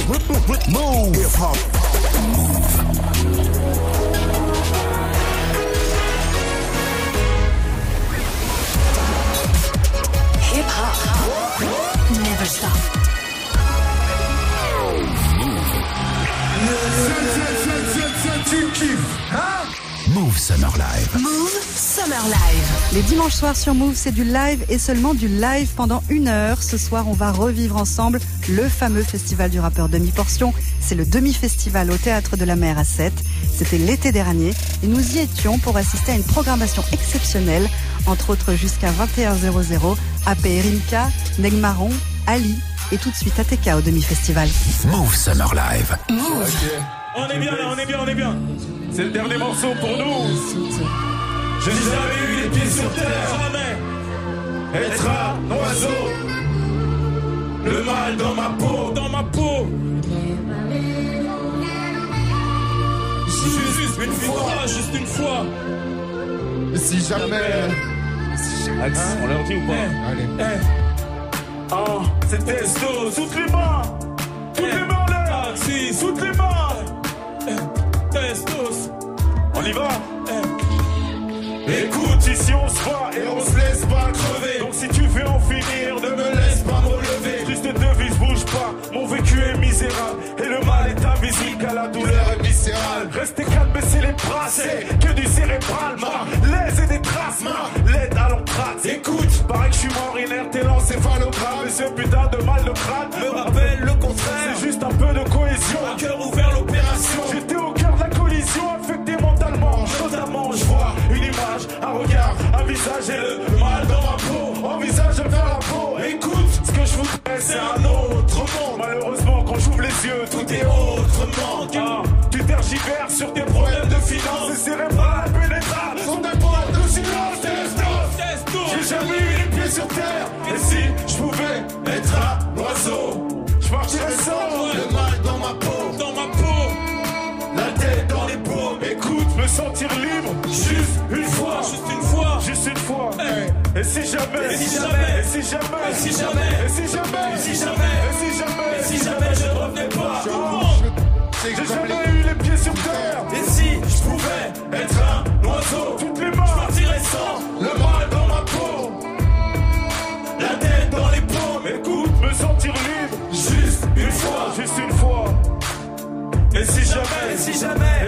Move. Hip hop. Hip hop. Never stop. Tu kiffes, hein? Move Summer Live. Move Summer Live. Les dimanches soirs sur Move, c'est du live et seulement du live pendant 1 heure. Ce soir, on va revivre ensemble le fameux festival du rappeur Demi-Portion. C'est le demi-festival au Théâtre de la Mer à Sète. C'était l'été dernier et nous y étions pour assister à une programmation exceptionnelle, entre autres jusqu'à 21h00, AP Rimka, Negmaron, Ali et tout de suite ATK au demi-festival. Move Summer Live. Move. Okay. On est bien là, on est bien. C'est le dernier morceau pour nous. Je n'ai jamais eu les pieds sur terre. Jamais. Être un oiseau. Le mal dans ma peau. Juste une fois. Si jamais. Axe, on leur dit ou pas? Allez. C'est testo, toutes les mains. Toutes les mains en l'air. Taxi, toutes les mains. Testos. On y va. Écoute, ici on se voit et on se laisse pas crever. Donc si tu veux en finir, ne me laisse pas me relever. Juste devise, bouge pas, mon vécu est misérable. Et le mal est invisible car la douleur est viscérale. Restez calme, baissez les bras, c'est que du cérébral. L'aise et des traces, l'aide à l'entrate. Écoute, pareil que je suis mort inerte et l'encéphalogramme. Et ce putain de mal de crâne me rappelle le contraire. C'est juste un peu de cohésion, un cœur ouvert l'opération. J'étais au cœur de la collision, affecté mentalement. Notamment, je vois une image, un regard, un visage et le mal dans ma peau. Envisage de faire la peau. Écoute, ce que je voudrais, c'est un autre monde. Malheureusement, quand j'ouvre les yeux, tout est autrement. Tu tergiverses sur tes problèmes de finances. C'est cérébral, impénétrable. Sont des poètes de silence. J'ai jamais eu les pieds sur terre. Et si je pouvais être un oiseau, je partirais sans le mal dans ma peau. La tête dans les paumes. Écoute, me sentir libre. Juste une fois. Et si jamais je ne revenais pas. J'ai jamais eu les pieds sur terre. Et si je pouvais être un oiseau, toutes les mains, je partirais sans le mal dans ma peau. La tête dans les paumes. Écoute, me sentir libre. Juste une fois. Et si jamais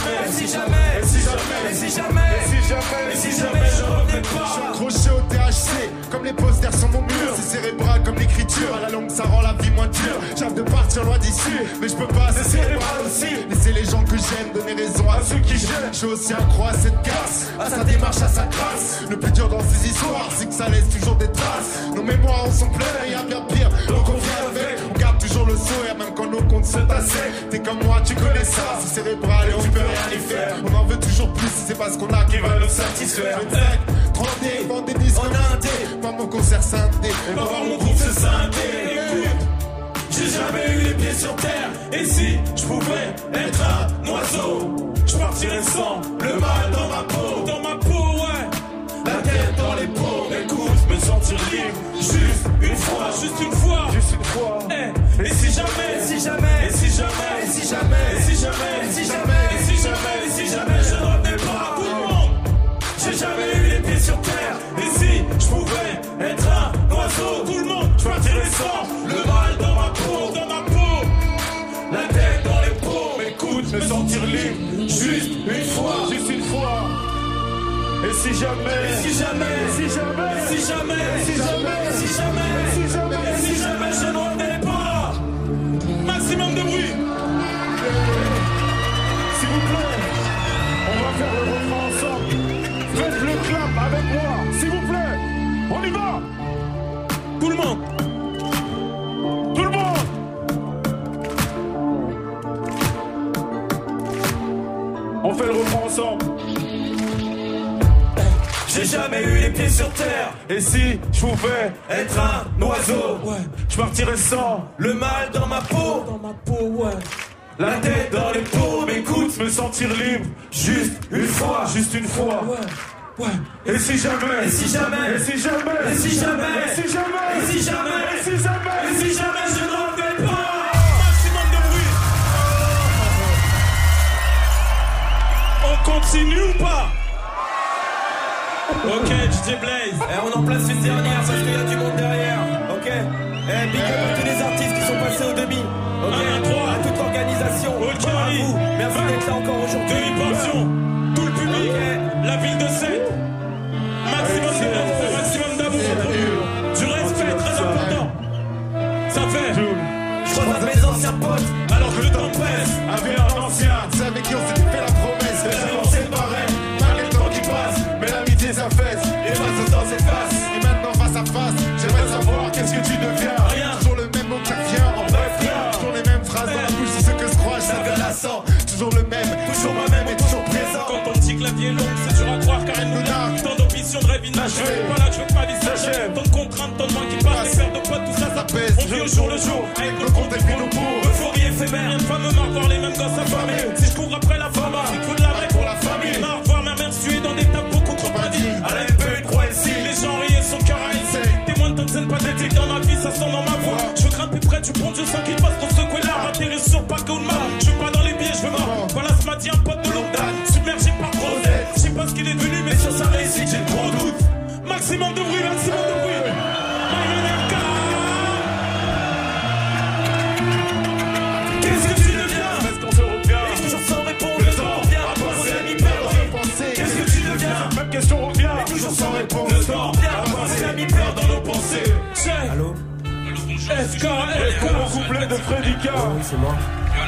je revenais pas. Je suis accroché au THC, comme les posters sur mon mur. C'est cérébral comme l'écriture, à la longue ça rend la vie moins dure. J'arrive de partir loin d'ici, mais je peux pas, c'est cérébral aussi. Laisser les gens que j'aime, donner raison à ceux qui gênent. Je suis aussi accro à cette casse, à sa démarche, à sa grâce. Le plus dur dans ces histoires, c'est que ça laisse toujours des traces. Nos mémoires en sont pleines, y'a bien pire, donc on vient avec. On garde toujours le sourire, même quand nos comptes se tassaient. T'es comme moi, tu connais ça, c'est cérébral et on peut rien y faire. On en veut toujours plus, c'est pas ce qu'on a qui va nous satisfaire. 30D, vend des disques en indé, pas mon concert scindé. On va voir mon groupe se scinder. J'ai jamais eu les pieds sur terre. Et si je pouvais être un oiseau, je partirais sans le mal dans ma peau, ouais. La tête dans les paumes. Écoute, me sentir libre. Juste une fois. Et si jamais je ne revenais pas. Tout le monde. J'ai jamais eu les pieds sur terre. Et si je pouvais être un oiseau, tout le monde, je partirais sans le mal dans ma peau. La tête dans les paumes. Écoute, me sentir libre. Juste une fois. Et si jamais je ne revenais pas. Maximum de bruit. S'il vous plaît, on va faire le refrain ensemble. Faites le clap avec moi, s'il vous plaît. On y va. Tout le monde. On fait le refrain ensemble. J'ai jamais eu les pieds sur terre. Et si je pouvais être un oiseau, ouais, je partirais sans le mal dans ma peau. Ouais. La tête dans les paumes. Écoute, me sentir libre. Juste une fois. Ouais. Et si jamais je ne revenais pas. Maximum de C'est nu ou pas? Ok, DJ Blaze. On en place une dernière parce qu'il y a du monde derrière. Ok. Big up à tous les artistes qui sont passés au demi. Ok. 1, 3. À toute l'organisation. Ok. À vous. Merci d'être là encore aujourd'hui. Demi-portion. Tout le public. La ville de Sète. Maximum d'amour pour nous. Du respect, très important. Ça fait. Je crois à mes anciens potes. Alors que le temps presse. Avec un ancien, c'est avec qui on s'était fait la promesse. Mais là, on séparait. Malgré le temps qui passe, mais l'amitié s'affaisse. Et face au temps s'efface. Et maintenant, face à face, j'aimerais savoir qu'est-ce que tu deviens. Rien. Toujours le même mot qui revient. En bref, rien. Toujours les mêmes phrases dans la bouche de ceux que je crois. Ça fait lassant. Toujours le même, toujours moi-même et toujours présent. Quand ton petit clavier long, c'est dur à croire car elle nous nargue. Tant d'ambitions de rêve inachevées. Voilà, je veux que ma vie s'achève. Tant de contraintes, tant de mois qui passent. Les paires de potes, tout ça, ça pèse. On vit au jour le jour. Avec le compte et puis nos cours. Euphorie éphémère. Rien de fameux marre voir les mêmes gosses affamés. Si je cours après la femme, il faut de la vraie pour la famille. Marre voir ma mère suer dans des tables beaucoup trop indies. À la MP, 3 et 6. Les gens rient et son cœur à essayer. Témoin de tant de scènes pathétiques dans ma vie, ça sent dans ma voix. Je veux grimper près du pont, je sens qu'il passe pour secouer l'arme. Atterrir sur Paco ou le mar. Je veux pas dans les pieds, je veux mort. Voilà ce matin, un pote de longue date. Submergé par Rosette. Je sais pas ce qu'il est devenu, mais sur sa réussite, j'ai trop doute. Maximum de bruit, maximum de bruit. Qu'est-ce que tu deviens? Est-ce qu'on se revient? Et toujours sans réponse. Le temps revient. à penser, Mon ami perd. Qu'est-ce que tu deviens? Même question revient. Toujours sans réponse. Le temps revient. à penser, Mon ami perd dans nos pensées. Allô? FK, Mon couplet de Fredika. Oui, c'est moi.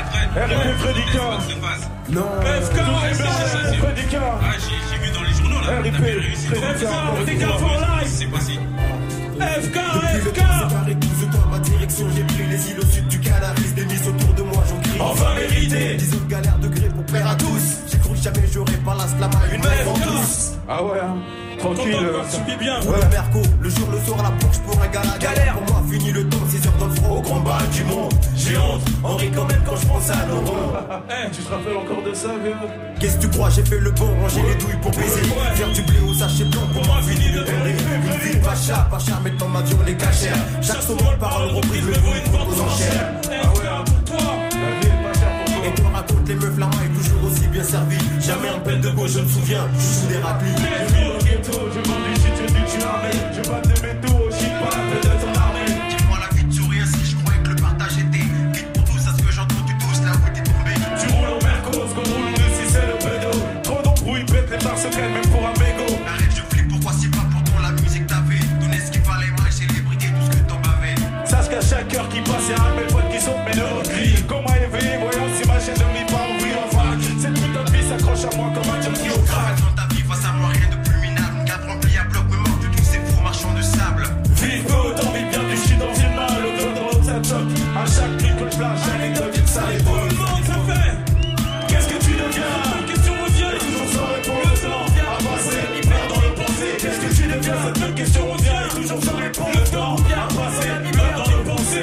RP Fredika. Non. FK, Fredika. J'ai vu dans les journaux là. RP Fredika. FK for life. C'est passé. FK, Depuis le FK. temps séparé tous autour ma direction. J'ai pris les îles au sud du Canaris. Des mises autour de moi, j'en crie. Enfin mérité. 10 autres galères de gré pour plaire à tous. J'ai cru que jamais j'aurais pas la slama. Une main en tous. Ah ouais, hein. Tranquille. Tu vis bien. Ouais, Merco, le jour, le soir, la planche pour un gala. Galère pour moi, fini le temps, 6 heures dans le froid. Au grand bal du monde, j'ai honte. Henri quand même quand je pense à nos ronds. Tu te rappelles encore de ça, vieux? Qu'est-ce que tu crois, j'ai fait le bon, ranger les douilles pour baiser. Faire du blé au sachet blanc pour moi, fini de tomber. Une ville Pacha, mettre dans ma vie, on est cachère. Chaque saumon de parole reprise, le vaut une vente aux enchères. FK pour toi. La vie est pas chère pour toi. Et toi raconte les meufs, la main est toujours aussi bien servie. Jamais en peine de gauche, je me souviens, je joue des raclis. Je vis au ghetto, je vends du shit, je dis tu armé. Je bats des métaux, je suis pas la tête de ton armée. Dis-moi la vie de sourire si je croyais que le partage était vite pour tous, à ce que j'entends, tu tousses là où t'es tombé. Tu roules en Merco, ce qu'on roule dessus c'est le pédo. Trop d'embrouilles, pète les barres secrètes même pour un mégot. Arrête, je flippe, pourquoi c'est pas pourtant la musique t'avait donné ce qu'il fallait, moi célébrité, tout ce que t'en bavais. Sache qu'à chaque heure qui passe, y'a un de mes potes qui saute mes neurones crient. Comment éveiller, voyons si ma chaîne de mi pas ouvrir en vrac. Cette putain de vie s'accroche à moi comme un junkie au crack. Dans ta vie, face à moi, rien de plus minable. Une carte remplie à bloc me manque de tous ces fous marchands de sable. Vive peu, t'en vis bien du shit dans une main. Le code de l'autre, ça choque. À chaque clic que je flash, j'ai une devine ça les Tout le monde, ça fait. Qu'est-ce que tu deviens? Question revient. Toujours sans réponse. Le temps à passer, hyper dans le passé. Qu'est-ce que tu deviens? Cette même question revient. Toujours sans réponse. Le temps à passer, hyper dans le passé.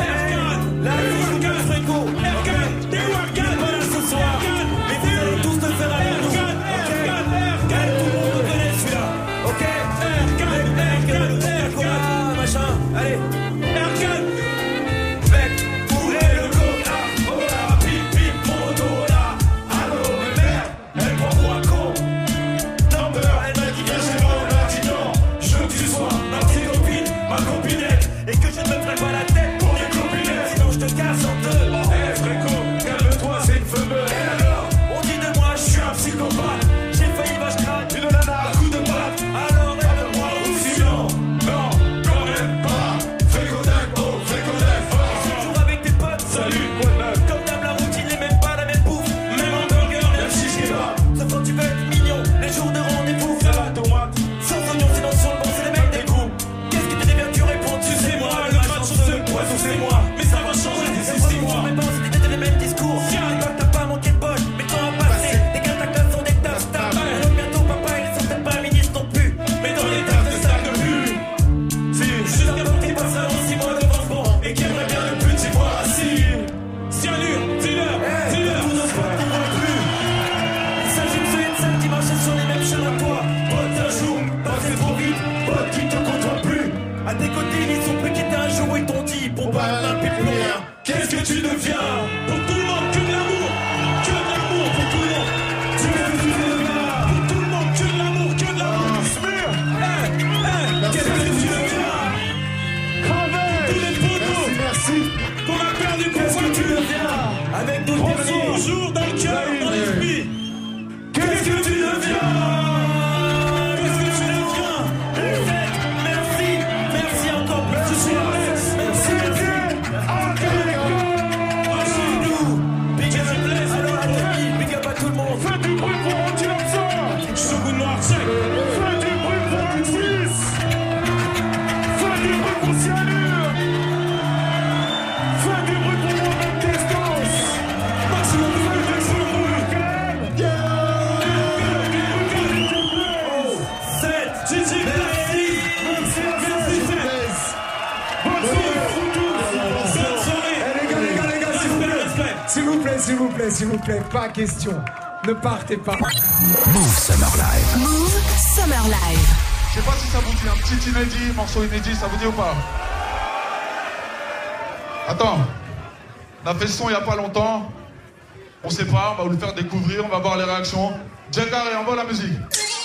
La vie de Fréco. T'es où Arcane? Voilà ce soir. Mais vous allez tous te faire avec nous. Tout le monde connaît celui-là. Ok? Machin. Allez. Mec, où est le coca? Oh là, pip pip, moto là. Allô, mais merde, elle prend pour un con. Number, elle m'a dit viens chez moi, on a dit non. Je veux que tu sois ma petite copine, ma copinette. Et que je ne me prenne pas la tête Pour les copinettes. sinon je te casse en deux. Eh Fréco, calme-toi, c'est une femelle. Et alors, On dit de moi, je je suis suis un psychopathe. J'ai failli vache crâne. Une nana à coup de batte. Alors aide-moi Aussi non, non, quand même pas. Fréco dingue, oh, Fréco dingue, fort. toujours avec tes potes. Salut, quoi de neuf? Comme d'hab, la routine n'est même pas la même bouffe. Même hamburger, même shish kebab. Sauf quand tu veux être mignon, les jours de rendez-vous. Salade tomate. Sans oignon, sinon sur le banc, c'est les mêmes des goûts. Qu'est-ce que tu deviens, tu réponds, tu sais moi. Le match au seul poisson, c'est moi. Mais ça va changer d'ici 6 mois. Mais bon, c'était les mêmes discours. Et toi, t'as pas manqué de bol, mais le temps a passé. Les gars, ta classe sont des tasses, alors bientôt, papa, ils sont peut-être pas ministres non plus. Mais dans les tables de sac de plus. Si, Juste avant qu'il passe avant 6 mois de bon. et qui aimerait bien le petit voir assis. Cyanure, dis-leur, Tous dis-leur. nos spots n'y vont plus. Il s'agit de ceux et de celles qui marchaient sur les mêmes chemins que toi. Pote un jour, passé trop vite, pote qui te côtoie plus. À tes côtés, ils sont plus quittés un jour où ils t'ont dit pour pas un peu plus rien. Qu'est-ce que tu deviens? Pour tout le monde, que de l'amour. Que de l'amour pour tout le monde. Tu veux que tu deviens? s'il vous plaît, pas question. Ne partez pas. Move Summer Live. Move Summer Live. Je sais pas si ça vous dit, un petit inédit, morceau inédit, ça vous dit ou pas? Attends, on a fait le son il y a pas longtemps. On sait pas, on va vous le faire découvrir, on va voir les réactions. Djangar et envoie la musique.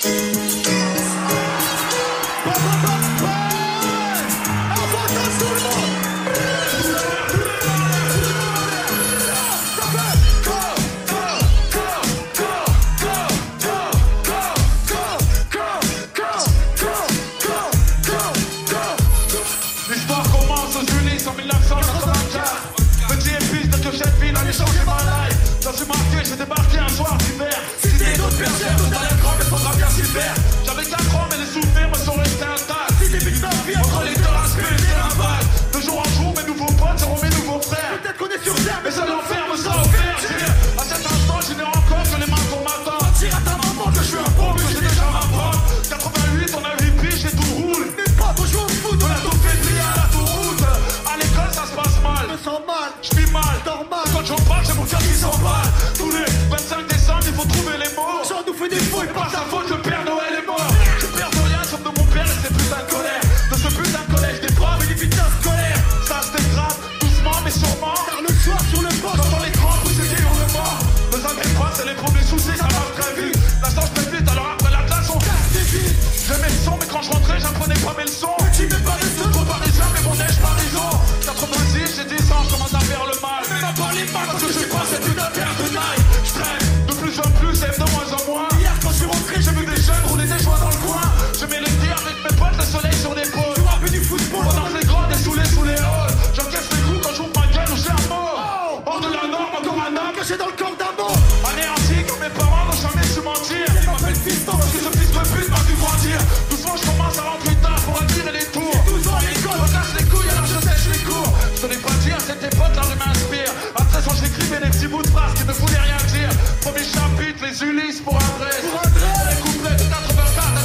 L'histoire commence aux Unis en 1984. Petit épice de Cochette-Ville allait changer ma life. Dans ce marqué, j'ai débarqué un soir d'hiver. Cité d'autres bergères, tout à l'écran, mais faudra bien s'y faire. J'avais 4 ans, mais les souvenirs me sont restés intacts. Entre les deux aspects, c'est un vague. De jour en jour, mes nouveaux potes seront mes nouveaux frères. Peut-être qu'on est sur terre, mais ça l'enferme sans offert. À cet instant, je n'ai encore que les mains pour m'attendre. Dire à ta maman que je suis un pauvre, que j'ai déjà ma prendre. 88, on a 8 piges et tout roule. Mes potes, on joue au foot, on a tout fait plier à la route. À l'école, ça se passe mal. Je me sens mal, je vis mal, normal. Quand j'en parle, j'ai mon cœur qui s'emballe. Tous les 25 décembre, il faut trouver les mots. J'en nous fait des faux et par sa faute, le Père Noël est mort. Je perds de rien, sauf de mon père et ses putains de colère. De ce putain de collège, des profs et des putains scolaires. Ça se dégrade, doucement mais sûrement. Car le soir sur le banc, j'entends les grands pousser des hurlements. Ne t'inquiète pas, c'est les premiers soucis, ça marche très vite. L'instant je fais vite, alors après la classe on casse des vies. J'aimais le son, mais quand je rentrais, j'apprenais pas mes leçons. Petit mais pas les deux, trop parisien, mais mon neige parison. 86, j'ai 10 ans, je commence à faire le mal. Mais n'a pas les mains, parce que je suis pas cette putain de paire de Nike. Je traîne de plus en plus, et de moins en moins. Hier quand je suis rentré, j'ai vu des jeunes rouler des joints dans le coin. Je mets les tirs avec mes potes, le soleil sur l'épaule. Je rappelle du football, pendant les grandes et sous les halls. J'encaisse les coups quand j'ouvre ma gueule ou j'ai un mot. Hors de la norme, encore un homme caché dans le corps d'un mot. Anéanti comme mes parents n'ont jamais su mentir. Ils m'appellent fiston parce que ce fils de pute m'a vu grandir. Doucement je commence à rentrer tard pour attirer les tours. 12 ans à l'école, on casse les couilles alors je sèche les cours. Je te l'ai pas dit à cette époque, la rue m'inspire. À 13 ans j'écrivais des petits bouts de phrases qui ne voulaient rien dire. Premier chapitre, les Ulysses pour Andrés. Les couplets de 84 à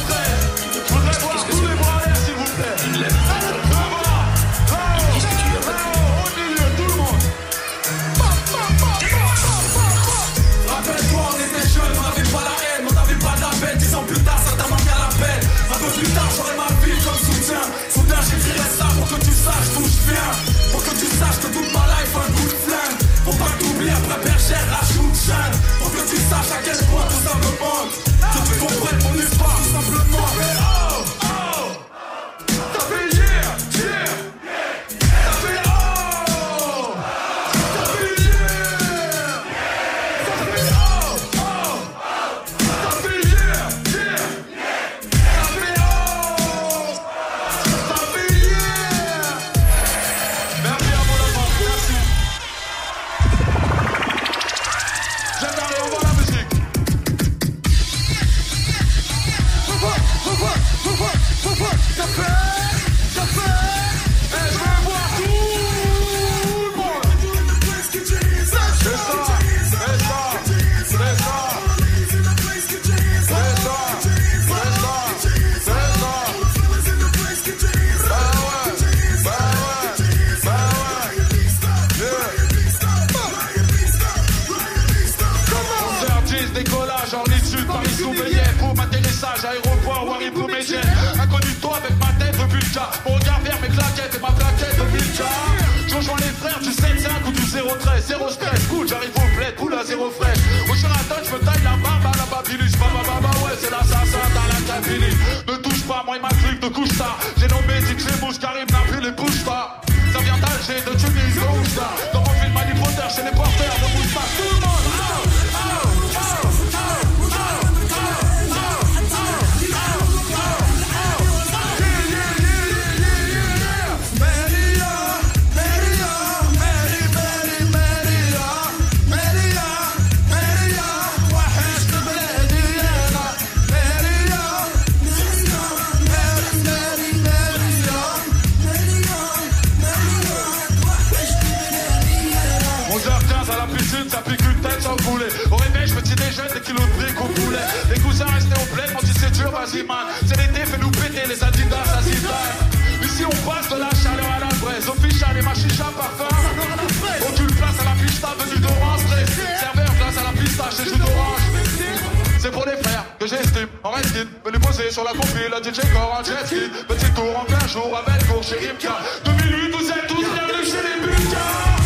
93. Je voudrais voir tous les bras en l'air s'il vous plaît. Au milieu, tout le monde. Rappelle-toi, on était jeunes, on n'avait pas la haine, on n'avait pas de la peine. 10 ans plus tard, ça t'a manqué à la peine. Un peu plus tard, j'aurai ma vie comme soutien. Soudain, j'écrirai ça pour que tu saches d'où je viens. Pour que tu saches que toute ma life, un coup de flingue. Pour pas que t'oublies après bergère, rajoute Jeanne. Pour que tu saches à quel point tout ça me manque. Que tu comprennes mon histoire tout simplement. Oh, oh, ça fait yeah, yeah. Ça fait oh, ça fait yeah. Ça fait oh, oh, ça fait yeah, yeah. Ça fait oh, ça fait yeah. Merci à mon enfant, merci. J'adore et on voit la musique. Ça fait, et je veux voir tout le monde. C'est ça, c'est ça, c'est ça, c'est ça, c'est ça, c'est ça. Décollage en issue de Paris-Souveillet. Pour atterrissage, aéroport ou Harry Médienne. Inconnu de toi avec ma tête de Bulka. Mon regard vers mes claquettes et ma plaquette de Bulka. Je rejoins les frères du 7-5 ou du 0-13. Zéro stress, cool, j'arrive au bled, cool à zéro fraîche. Au Sheraton, je me taille la barbe à la Babilus. Baba, ouais, c'est l'assassin dans la cabine. Ne touche pas, moi et ma clique de couche tard. J'ai nommé Dick Mouche, Karim n'a plus les bouches pas. Ça vient d'Alger, de Tunis, de dans mon film Harry Potter, chez les porteurs de moustache. Tout le monde, ça pique une tête sans boulet. Au réveil, je petit déjeune des kilos de briques au poulet. Les cousins restés au bled, m'ont dit c'est dur, vas-y man. C'est l'été, fais-nous péter les Adidas, à Zidane. Ici on passe de la chaleur à la braise. Au ficha, les machichas parfum. Aucune place à la pista venue d'Orange. j'estime, en restine, me les poser sur la compile, la DJ Core en jet ski, petit tour en plein jour, avec cours chez Rimka, 2 minutes, vous êtes tous bienvenus chez les Bulka.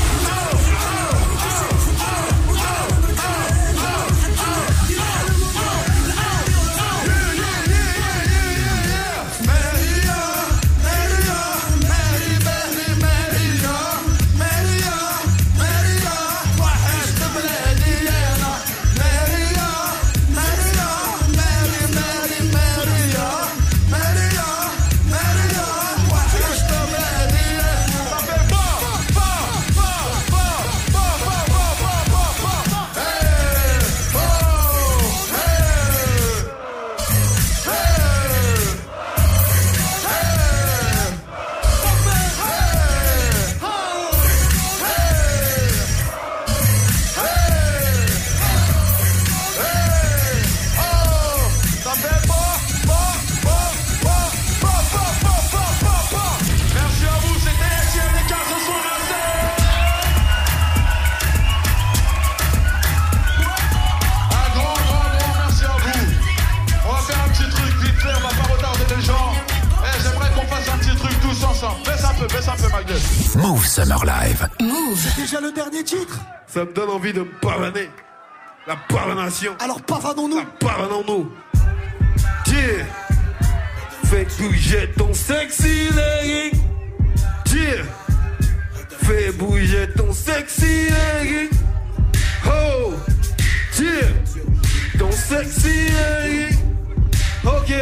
Baisse un peu, ma gueule. Move Summer Live. Move. Déjà le dernier titre. Ça me donne envie de me pavaner. La pavanation. Alors pavanons-nous. La pavanons-nous. Yeah. Fais bouger ton sexy legging. Yeah. Fais bouger ton sexy legging. Oh. Yeah. Ton sexy legging. Ok.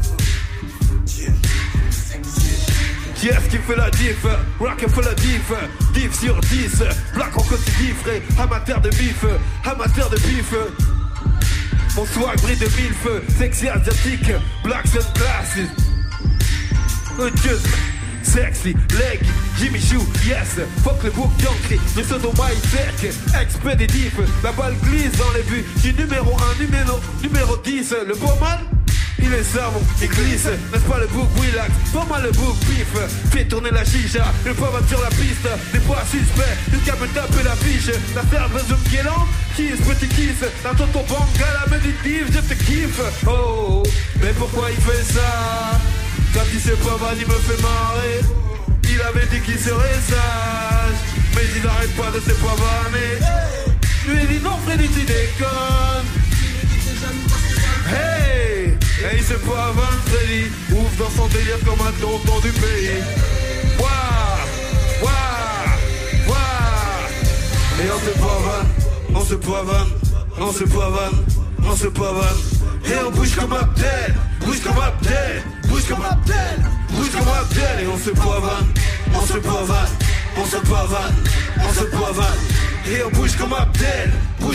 Yes, qui fait la diff, rock fait la diff, diff sur 10, black en quotidien, amateur de bif, mon swag brille de mille feux, sexy asiatique, black sunglasses, just sexy, leg, Jimmy Choo, yes, fuck le bouc d'encre, le sodomite sec, expéditif, la balle glisse dans les buts, du numéro 1, numéro 10, le beau man. Il est savant, il glisse, n'est-ce pas le bouc relax, pas mal le bouc pif, fait tourner la chicha, le pavane sur la piste, des poids suspects, le gars me tape la fiche, la serveuse de Mguelan, kiss, petit kiss, la tonton banga, la méditive, je te kiffe, oh, mais pourquoi il fait ça? Quand il se pavane, il me fait marrer, il avait dit qu'il serait sage, mais il n'arrête pas de se pavaner, je lui ai dit non Freddy, tu déconnes. Hey! Et il se pavane Freddy, ouvre dans son délire comme un tonton du pays. Wouah! Wouah! Wouah! Et on se pavane. Et on bouge comme Abdel, bouge comme Abdel. Et on se pavane. Et on bouge comme Abdel.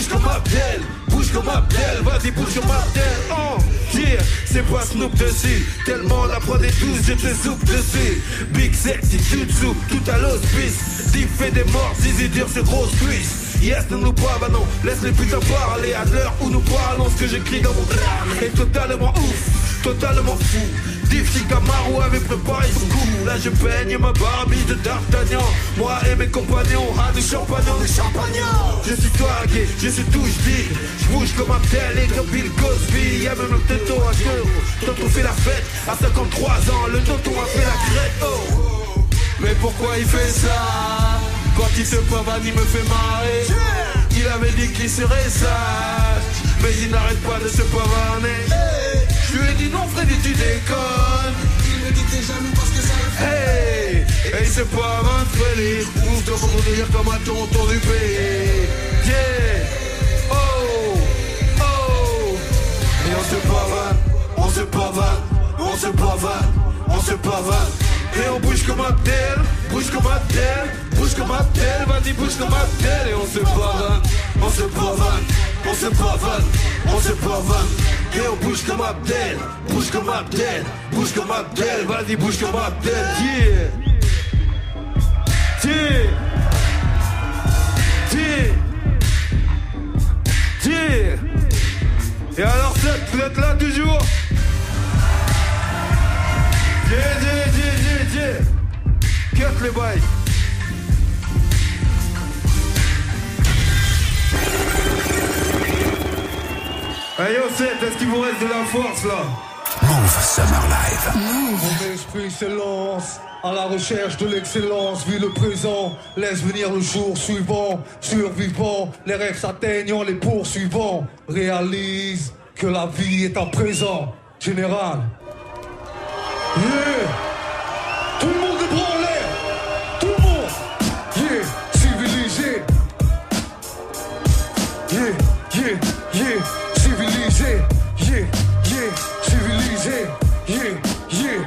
Vas-y, bouge comme Abdel. Oh, yeah, c'est pas Snoop dessus. Tellement la prod est douce, je te soupe dessus. Big sexy, jutsu, tout à l'hospice. Diff fait des morts, zizi dur sur grosse cuisse. Yes, ne nous pavanons, laisse les putains parler. À l'heure où nous parlons, ce que j'écris dans mon drame est totalement ouf, totalement fou. Diff Camaro avait préparé son coup. Là je peigne ma Barbie de D'Artagnan. Moi et mes compagnons, ah nous champagnons. Je suis tagué, je suis tout j'dis. J'bouge comme un tel et comme Bill Cosby. Y'a même le téton à queue. Tonton fait la fête, à 53 ans le tonton a fait la crête. Oh. Mais pourquoi il fait ça? Quand il se pavane il me fait marrer. Il avait dit qu'il serait sage, mais il n'arrête pas de se pavaner. Je lui ai dit non Freddy tu déconnes. Il me dit t'es jaloux parce que ça le fait. Hey, et il se pavane Freddy, ouvre dans son délire comme un tonton du pays. Yeah, oh, oh. Et on se pavane. Et on bouge comme Abdel, vas-y bouge comme Abdel. Et on se pavane. Et on bouge comme Abdel, vas-y bouge comme Abdel. Yeah. Et alors vous êtes là toujours? Yeah. Cut les bails. Hey yo, Seth, est-ce qu'il vous reste de la force là? Move Summer Live. Mon esprit s'élance à la recherche de l'excellence. Vis le présent, laisse venir le jour suivant. Survivant, les rêves s'atteignant, les poursuivants. Réalise que la vie est un présent. Général. Yeah. Tout le monde est bras en l'air. Tout le monde. Yeah. Civilisé. Yeah, yeah, yeah. Civilisé. Yeah, yeah. Civilisé. Yeah, yeah.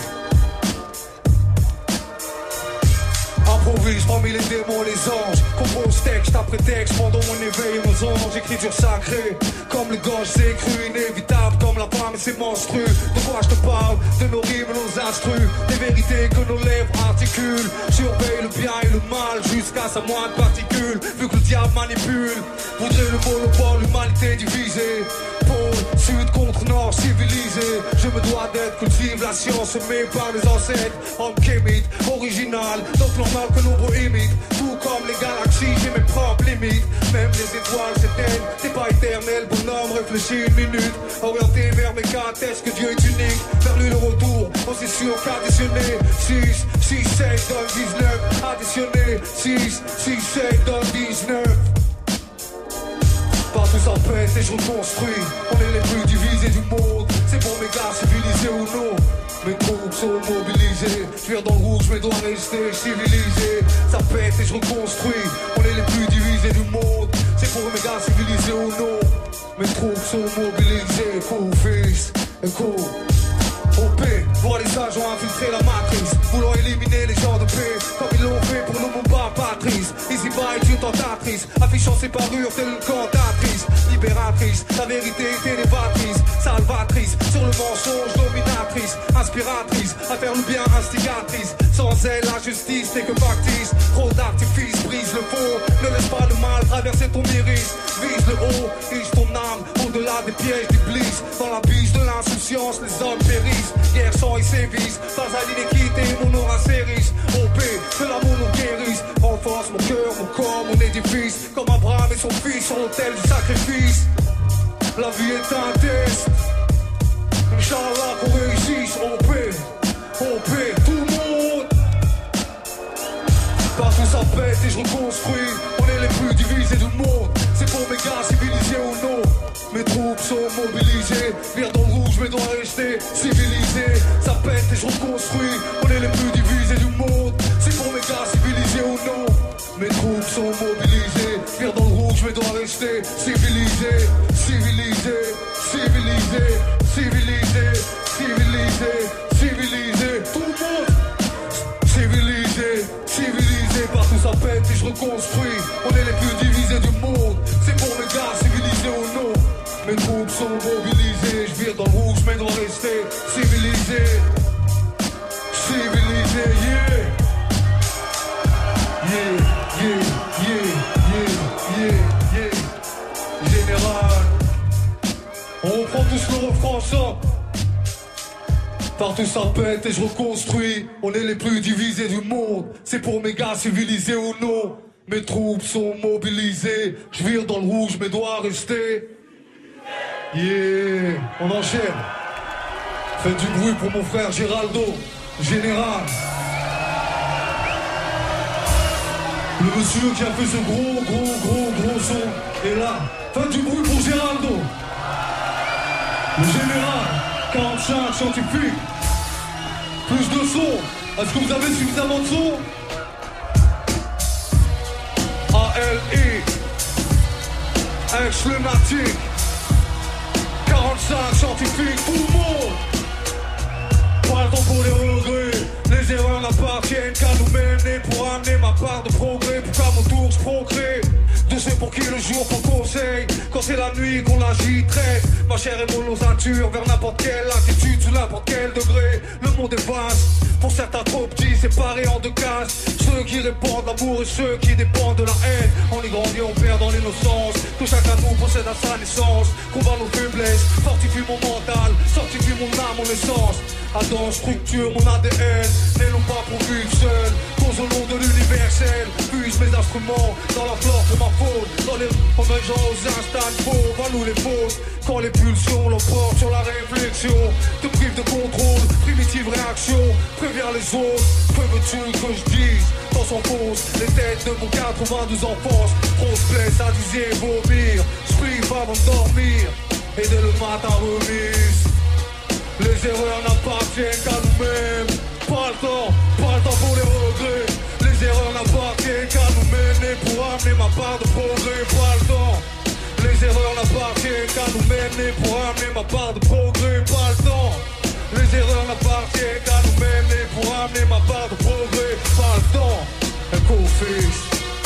Improvise parmi les démons, les anges. Compose texte après texte pendant mon éveil et mes anges. Écriture sacrée, comme le gauche, c'est cru, inévitable comme la femme et c'est monstrueux. De quoi je te parle? De nos rimes, nos instrus, des vérités que nos lèvres articulent. Surveille le bien et le mal jusqu'à sa moindre particule. Vu que le diable manipule, voudrait le monopole, l'humanité divisée. Pôle, sud contre nord, civilisé. Je me dois d'être cultive la science semée par les ancêtres. Homme kémite, original, donc normal que nombreux imitent. Tout comme les galaxies, j'ai mes propres limites. Même les étoiles s'éteignent, t'es pas éternel, bonhomme, réfléchis une minute. Orienté vers mes quatre, est-ce que Dieu est unique? Vers lui le retour, on s'est sûr qu'additionner 6, 6, 7 donne 19. Additionner 6, 6, 7 donne 19. Partout ça pète et je reconstruis. On est les plus divisés du monde. C'est pour mes gars civilisés ou non. Mes troupes sont mobilisés. Je viens dans le rouge mais dois rester civilisé. Ça pète et je reconstruis. On est les plus divisés du monde. C'est pour mes gars civilisés ou non. Mes troupes sont mobilisées. Cool fils et cool. OP, voir les agents infiltrer la matrice, voulant éliminer les gens de paix, comme ils l'ont fait pour nos Mumba Patrice. Easy by est une tentatrice, affichant ses parures telle une cantatrice. Libératrice, la vérité est élévatrice, salvatrice, sur le mensonge dominatrice, inspiratrice, à faire le bien instigatrice. Sans elle, la justice n'est que factice, trop d'artifice, brise le faux, ne laisse pas le mal traverser ton iris. Vise le haut, riche ton âme, au-delà des pièges d'Iblis. Dans la bise de l'insouciance, les hommes périssent. Guerre sans et sévices, face à l'inéquité, mon aura s'érisse. OP, que l'amour nous guérisse. Renforce mon cœur, mon corps, mon édifice. Comme Abraham et son fils sur l'autel du sacrifice. La vie est un test. Inch'Allah qu'on réussisse. OP, tout le monde. Partout ça pète et je reconstruis. On est les plus divisés du monde. C'est pour mes gars civilisés ou non. Mes troupes sont mobilisées. Vire dans le rouge mais dois rester civilisé. Ça pète et je reconstruis. On est les plus divisés du monde. C'est pour mes gars civilisés ou non. Mes troupes sont mobilisées. Vire dans le rouge mais dois rester civilisé. Civilisé, civilisé, civilisé, civilisé, civilisé. Tout le monde. Civilisé, civilisé. Partout ça pète et je reconstruis. On est les plus divisés du monde. C'est pour mes gars civilisés ou non. Mes troupes sont mobilisées. Je vire dans le rouge mais dois rester civilisé. Civilisé, yeah. Yeah, yeah, yeah, yeah, yeah, yeah. Général. On reprend tous le refrain ensemble. Partout ça pète et je reconstruis. On est les plus divisés du monde. C'est pour mes gars civilisés ou non. Mes troupes sont mobilisées. Je vire dans le rouge mais dois rester. Yeah, on enchaîne. Faites du bruit pour mon frère Géraldo, général. Le monsieur qui a fait ce gros son est là. Faites du bruit pour Géraldo. Le général, 45 scientifique. Plus de son. Est-ce que vous avez suffisamment de son? ALI Ex-lunatique 45 scientifiques, tout le monde. Pas le temps pour les regrets. Les erreurs n'appartiennent qu'à nous-mêmes. Pour amener ma part de progrès, pour qu'à mon tour je procrée. De ceux pour qui le jour qu'on conseille, quand c'est la nuit qu'on agit, traite ma chair et mon ossature vers n'importe quelle altitude, sous n'importe quel degré. Le monde est vaste, pour certains trop petits, séparés en deux cases. Ceux qui répandent l'amour et ceux qui dépendent de la haine. On est grandit, on perd dans l'innocence. Que chacun nous possède à sa naissance. Combat nos faiblesses, fortifie mon mental, fortifie mon âme, mon essence. Adam structure mon ADN, n'allons pas pour vivre seul. Cause au nom de l'universel, puise mes instruments dans la flore pour ma faune. Dans les remédiants aux instants de fauve, à nous les fausses. Quand les pulsions l'emportent sur la réflexion, te prive de contrôle, primitive réaction, préviens les autres. Que veux-tu que je dise? Dans son pose, les têtes de mon 92 enfance, grosse blesse à diser vomir, spliff avant de dormir, et dès le matin remise. Les erreurs n'appartiennent qu'à nous-mêmes. Pas le temps pour les regrets. Les erreurs n'appartiennent qu'à nous-mêmes pour amener ma part de progrès. Pas le temps. Les erreurs n'appartiennent qu'à nous-mêmes pour amener ma part de progrès. Pas le temps. Les erreurs n'appartiennent qu'à nous-mêmes pour amener ma part de progrès. Pas le temps. Un co-fiche.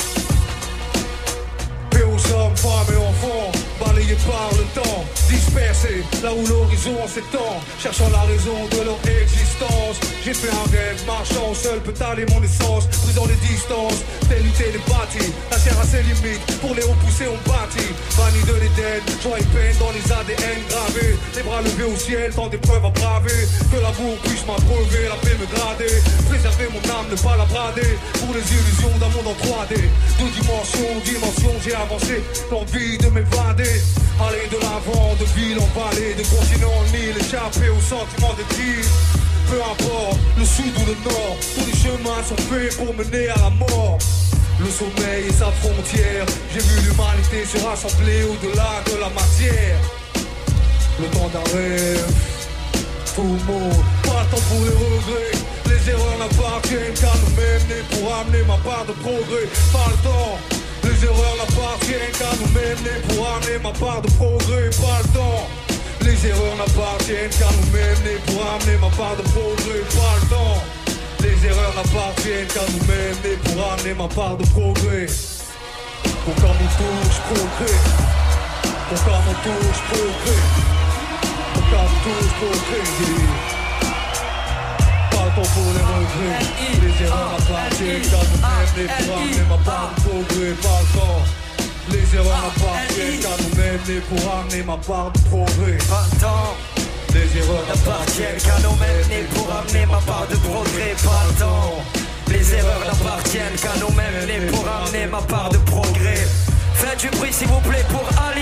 Paix aux hommes, femmes et enfants, balayés par le temps, dispersés là où l'horizon s'étend, cherchant la raison de leur existence. J'ai fait un rêve marchant, seul peut aller mon essence, brisant les distances, telle unité des bâtis, la chair a ses limites, pour les repousser on bâtit. Banni de l'Éden, joie et peine dans les ADN gravés, les bras levés au ciel, tant d'épreuves à braver, que l'amour puisse m'abreuver, la paix me grader, préserver mon âme, ne pas la brader, pour les illusions d'un monde en 3D, de dimension, j'ai avancé, l'envie de m'évader, aller de l'avant, de ville en vallée, de continent en île, échapper au sentiment de tir. Peu importe, le sud ou le nord, tous les chemins sont faits pour mener à la mort. Le sommeil est sa frontière, j'ai vu l'humanité se rassembler au-delà de la matière. Le temps d'un rêve, tout le monde, pas le temps pour les regrets. Les erreurs n'appartiennent qu'à nous-mêmes pour amener ma part de progrès. Pas le temps. Les erreurs n'appartiennent qu'à nous-mêmes pour amener ma part de progrès. Pas le temps. Les erreurs n'appartiennent qu'à nous-mêmes pour amener ma part de progrès. Pas le temps. Les erreurs n'appartiennent qu'à nous-mêmes pour amener ma part de progrès. Pour qu'à mon tour je progrès. Pour qu'à mon tour je progrès. Pour qu'à mon tour je progrès. Pas le temps pour les regrets. Les erreurs n'appartiennent qu'à nous-mêmes pour amener ma part de progrès. Pas le temps. Les erreurs n'appartiennent qu'à nous-mêmes pour amener ma part de progrès. Pas le temps. Les erreurs n'appartiennent qu'à nous-mêmes pour amener ma part de progrès. Pas le temps. Les erreurs n'appartiennent qu'à nous-mêmes pour amener ma part de progrès. Faites du bruit s'il vous plaît pour Ali.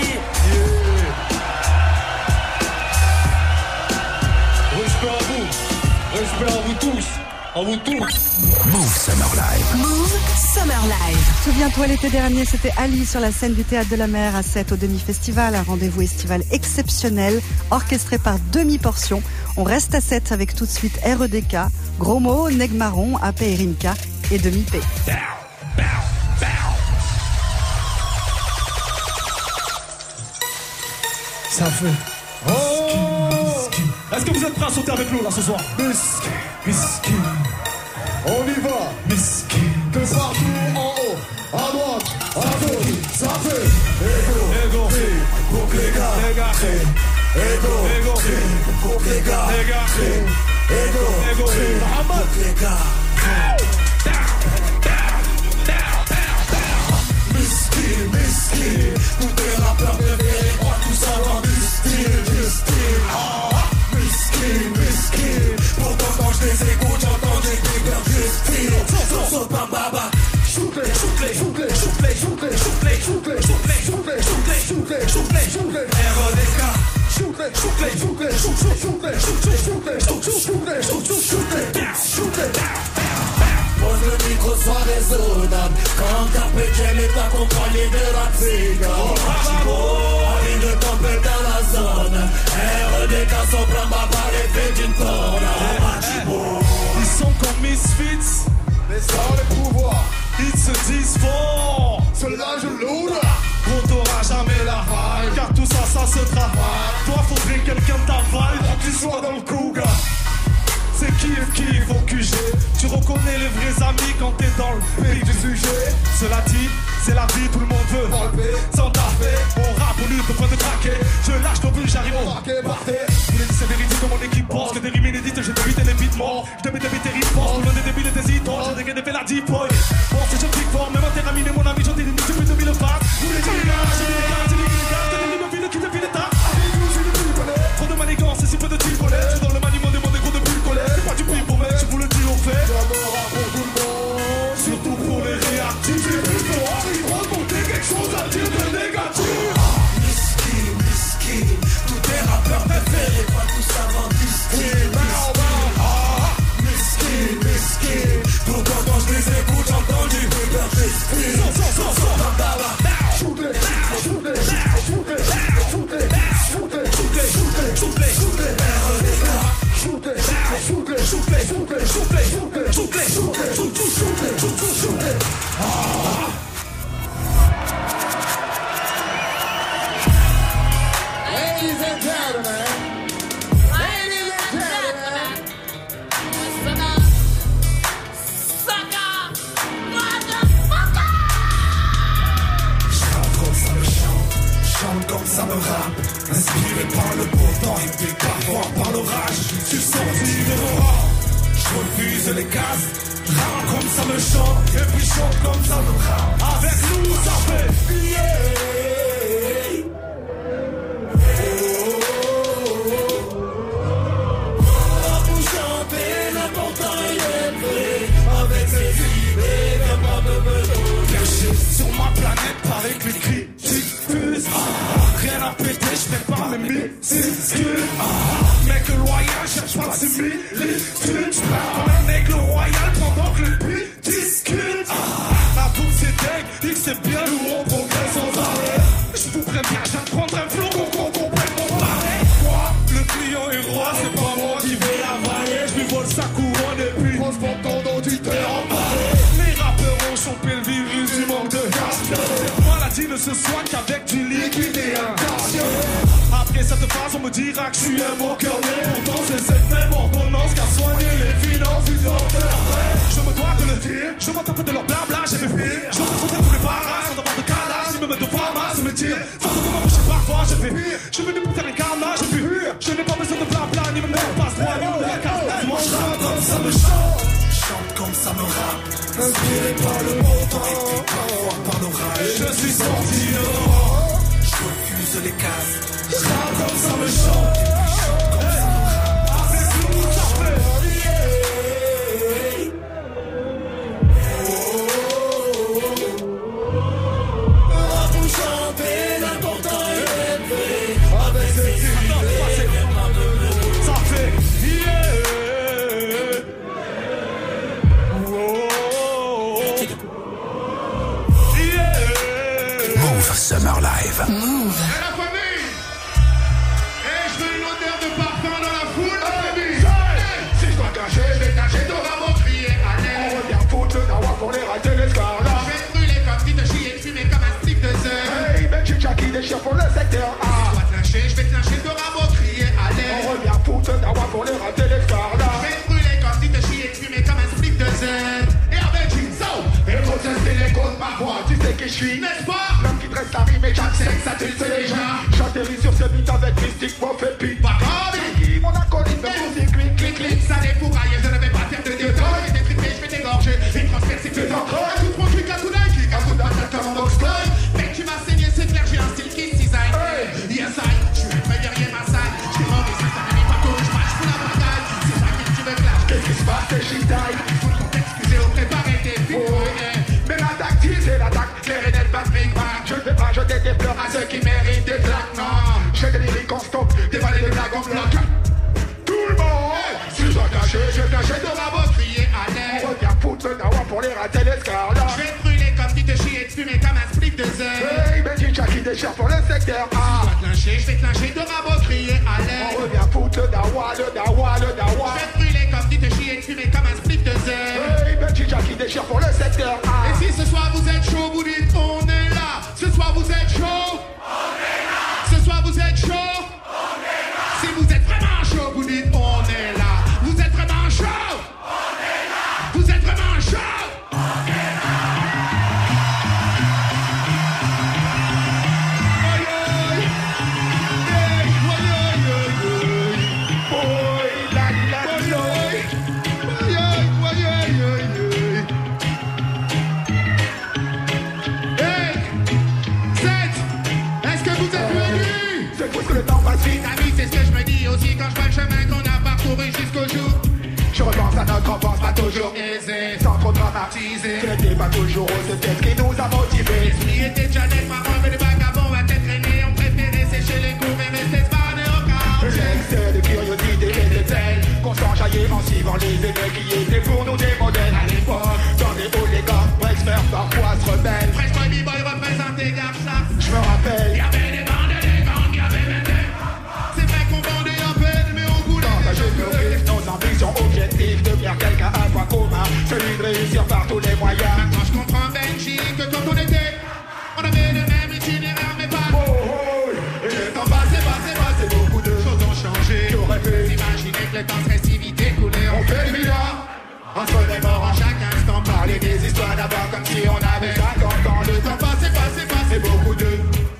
Respect à vous. Respect à vous tous. À vous tous. Move Summer Live. Move Summer Live. Souviens-toi, l'été dernier, c'était Ali sur la scène du Théâtre de la Mer à 7 au Demi-Festival, un rendez-vous estival exceptionnel, orchestré par Demi-Portion. On reste à 7 avec tout de suite REDK, Gros Mots, Neg Marron, AP et Rimka et Demi-P. Ça fait. Oh! Est-ce que vous êtes prêts à sauter avec nous là ce soir? Miskin. On y va. Miskin. De partout en haut, à droite, à gauche, ça fait. Ego. Pour que les gars. Ego. Pour que les gars. Ego. Mohamed. Pour les gars. Miskin. Tous les rappeurs préférés croient tout savoir du style. Miskin. Pourtant quand je les écoute, j'entends des dégâts de style. Saute pas baba. Shoot-les. REDK. Pose le micro, sois raisonnable. Quand Carpe Diem est accompagné de la figa. Envie de camper dans la zone. REDK sont plein baba, l'effet d'une tonne. Ils sont comme misfits, mais sans les pouvoirs. Ils se disent forts. Cela je loue. On t'aura jamais la vibe, car tout ça se travaille. Toi faudrait quelqu'un t'avale pour que tu sois dans le couga. C'est qui faut QG. Tu reconnais les vrais amis quand t'es dans le pays du sujet. Cela dit, c'est la vie, tout le monde veut enlever. Sans taper, on rappe, on lutte au point de craquer. Je lâche ton but, j'arrive au raquet, partez. Vous les dites, c'est véridique que mon équipe pense. Que des rimes inédites, j'ai débité les beats morts. Je débite tes riposts, tout le monde est débile et hésitants. J'ai dégagé fait la deep boy. Bon, c'est je pique fort, même en terminé mon ami, j'en dis des depuis 2000 faces. Vous les dites, j'ai des gars, t'as des rimes vides qui te filent ta. Trop de manigance et si peu de type volé. Je suis dans le maniement des mots des gros de bulles collées. C'est pas du prix pour mettre, je vous le dis, on fait. D'abord pour tout le monde, surtout pour les réactifs. Et puis pour arriver à monter quelque chose à dire de négatif. ça me rappe. Inspiré par le beau temps et puis parfois par l'orage. Je suis sorti de mon rang. Je refuse les cases. Rame comme ça me chante et puis chante comme ça me rappe. Avec nous ça fait sur ma planète, paraît que les critiques fusent. Rien à péter, je fais pas mes missiles. Mec loyal, cherche pas de similitude. J'prends un aigle royal pendant que le beat discute. La bouffe c'est dingue, dit que c'est bien, nous on progresse sans arrêt. J'vous préviens, je viens de prendre un flot qu'on comprenne mon pareil. Quoi, le client est roi, c'est pas moi qui vais l'avaler. J'lui vole sa couronne et puis transporte ton auditeur en parler. Les rappeurs ont chopé le virus du manque de gaz. Cette maladie ne se soigne qu'avec du liquide et un gaz. Après cette phase, on me dira que je suis un bon cœur. Pourtant, c'est cette même ordonnance qui a soigné les finances du docteur. Je me dois de le dire, je m'en tape de leur blabla, j'ai fait pire. Je me fous de tous les barrages, sans avoir de calage. Ils me mettent de pharma, se me tire. Sans de m'embaucher parfois, j'ai fait pire. Je suis venu pour faire un carnage, j'ai vu. Je n'ai pas besoin de blabla, ni me mettre passe droit, ni me mettre casse. Moi, je rappe comme ça me chante. Chante comme ça me rappe. Inspiré par le beau temps et puis parfois par l'orage. Je suis sorti de rang. Je refuse les cases. Je rappe comme ça me chante. Chante comme ça me rappe. Avec nous ça fait rap ou chanter, l'important est d'être vrai. Avec cette idée, ça fait Move Summer Live. Move. Et la famille. Et je veux une odeur de parfum dans la foule, la famille. Si je dois cacher, je vais cacher, t'auras beau crier à l'aide. On revient foutre le dawa pour les rater les scarlats. Je vais brûler comme si te chier, fumer comme un slip de zeur. Hey, mec, j'ai Jackie déchire pour le secteur A. Si je dois te lyncher, je vais te lyncher, t'auras beau crier à l'aide. On revient foutre le dawa pour les rater les scarlats. Je vais brûler comme si te chier, fumer comme un slip de zeur. Et avec Jinso, et trop c'est les côtes, ma voix, tu sais qui je suis, n'est-ce pas? L'homme qui dresse la rime et j'accepte, ça tu le sais déjà. J'atterris sur ce beat avec mystique, moi fait pit. Qui mon acolyte de musique, clic, clic, clic. Ça défouraille, je ne vais pas faire de détails. Je vais t'étriper, je vais t'égorger, et transpercer que t'encore. Un coup de clic, un coup d'un clic, un coup d'attaque comme un box-club. Mec, tu m'as saigné, c'est clair, j'ai un style qui design. Yes, I, je suis un vrai guerrier, ma salle. Je t'ai rendu, ça n'arrive pas tôt, je marche pour la bataille. C'est ça qui tu me clash. Qu'est-ce qui se passe, c'est shit time. Faut qu'on t'excuser au préparer tes films. Mais la tactique, c'est l'attaque, les rénels battent Big Mac. Je ne vais pas jeter des fleurs à ceux qui méritent des claques, non. J'ai des lyriques en stop, des valets de blagues en bloc. Tout le monde, si je dois cacher, je vais cacher de ma voix, crier à l'aide. On revient foutre le dawa pour les rater les scarlats. Je vais te brûler comme si te chier et te fumer comme un split de zèle. Hey, Benji Jackie déchire pour le secteur A. Si je dois te lyncher, je vais te lyncher de ma voix, crier à l'aide. On revient foutre le dawa, le dawa, le dawa. Je vais te brûler comme si te chier et te fumer comme un split de zèle. Hey, Benji Jackie déchire pour le secteur A. Et si ce soir vous êtes chaud, vous dites on est là. Ce soir vous êtes chaud, on est là. Ce soir vous êtes chaud, on est là. Si vous êtes vraiment chaud, vous dites on est là. Vous êtes vraiment chaud, on est là. Vous êtes vraiment chaud, on est là. Aïe aïe, aïe aïe aïe, boy, la la aïe aïe aïe aïe aïe. Hey, 7, est-ce que vous êtes venus? C'est pour que le temps passe vite. Ami, c'est ce que je me dis aussi quand je vois le chemin qu'on a parcouru jusqu'au jour. Je repense à notre enfance, pas toujours aisée, sans trop dramatiser. C'était pas toujours rose, c'était ce qui nous a motivés. L'esprit était déjà net, maman, mais les vagabonds à tête traînée. On préférait sécher les cours et rester spanné au quartier. L'excès de curiosité était tel qu'on s'enjaillait en suivant les aînés qui étaient pour nous des modèles. À l'époque, dans des hauts les gars, Brexmer parfois se rebelle. Fresh Boy B-Boy représente des garçons. Je me rappelle, y'avait des bandes et des gangs, y'avait même des... C'est vrai qu'on vendait à peine, mais on voulait nos ambitions objectives, devenir quelqu'un à point commun, celui de réussir par tous les moyens. Maintenant je comprends Benji que quand on était, on avait le même itinéraire mais pas. Et le temps passé, beaucoup de choses ont changé. J'aurais pu imaginer que le temps serait si vite écoulé. On fait le bilan, on se remémore en chaque instant, parler des histoires d'abord comme si on avait 50 ans. Le temps passé, beaucoup de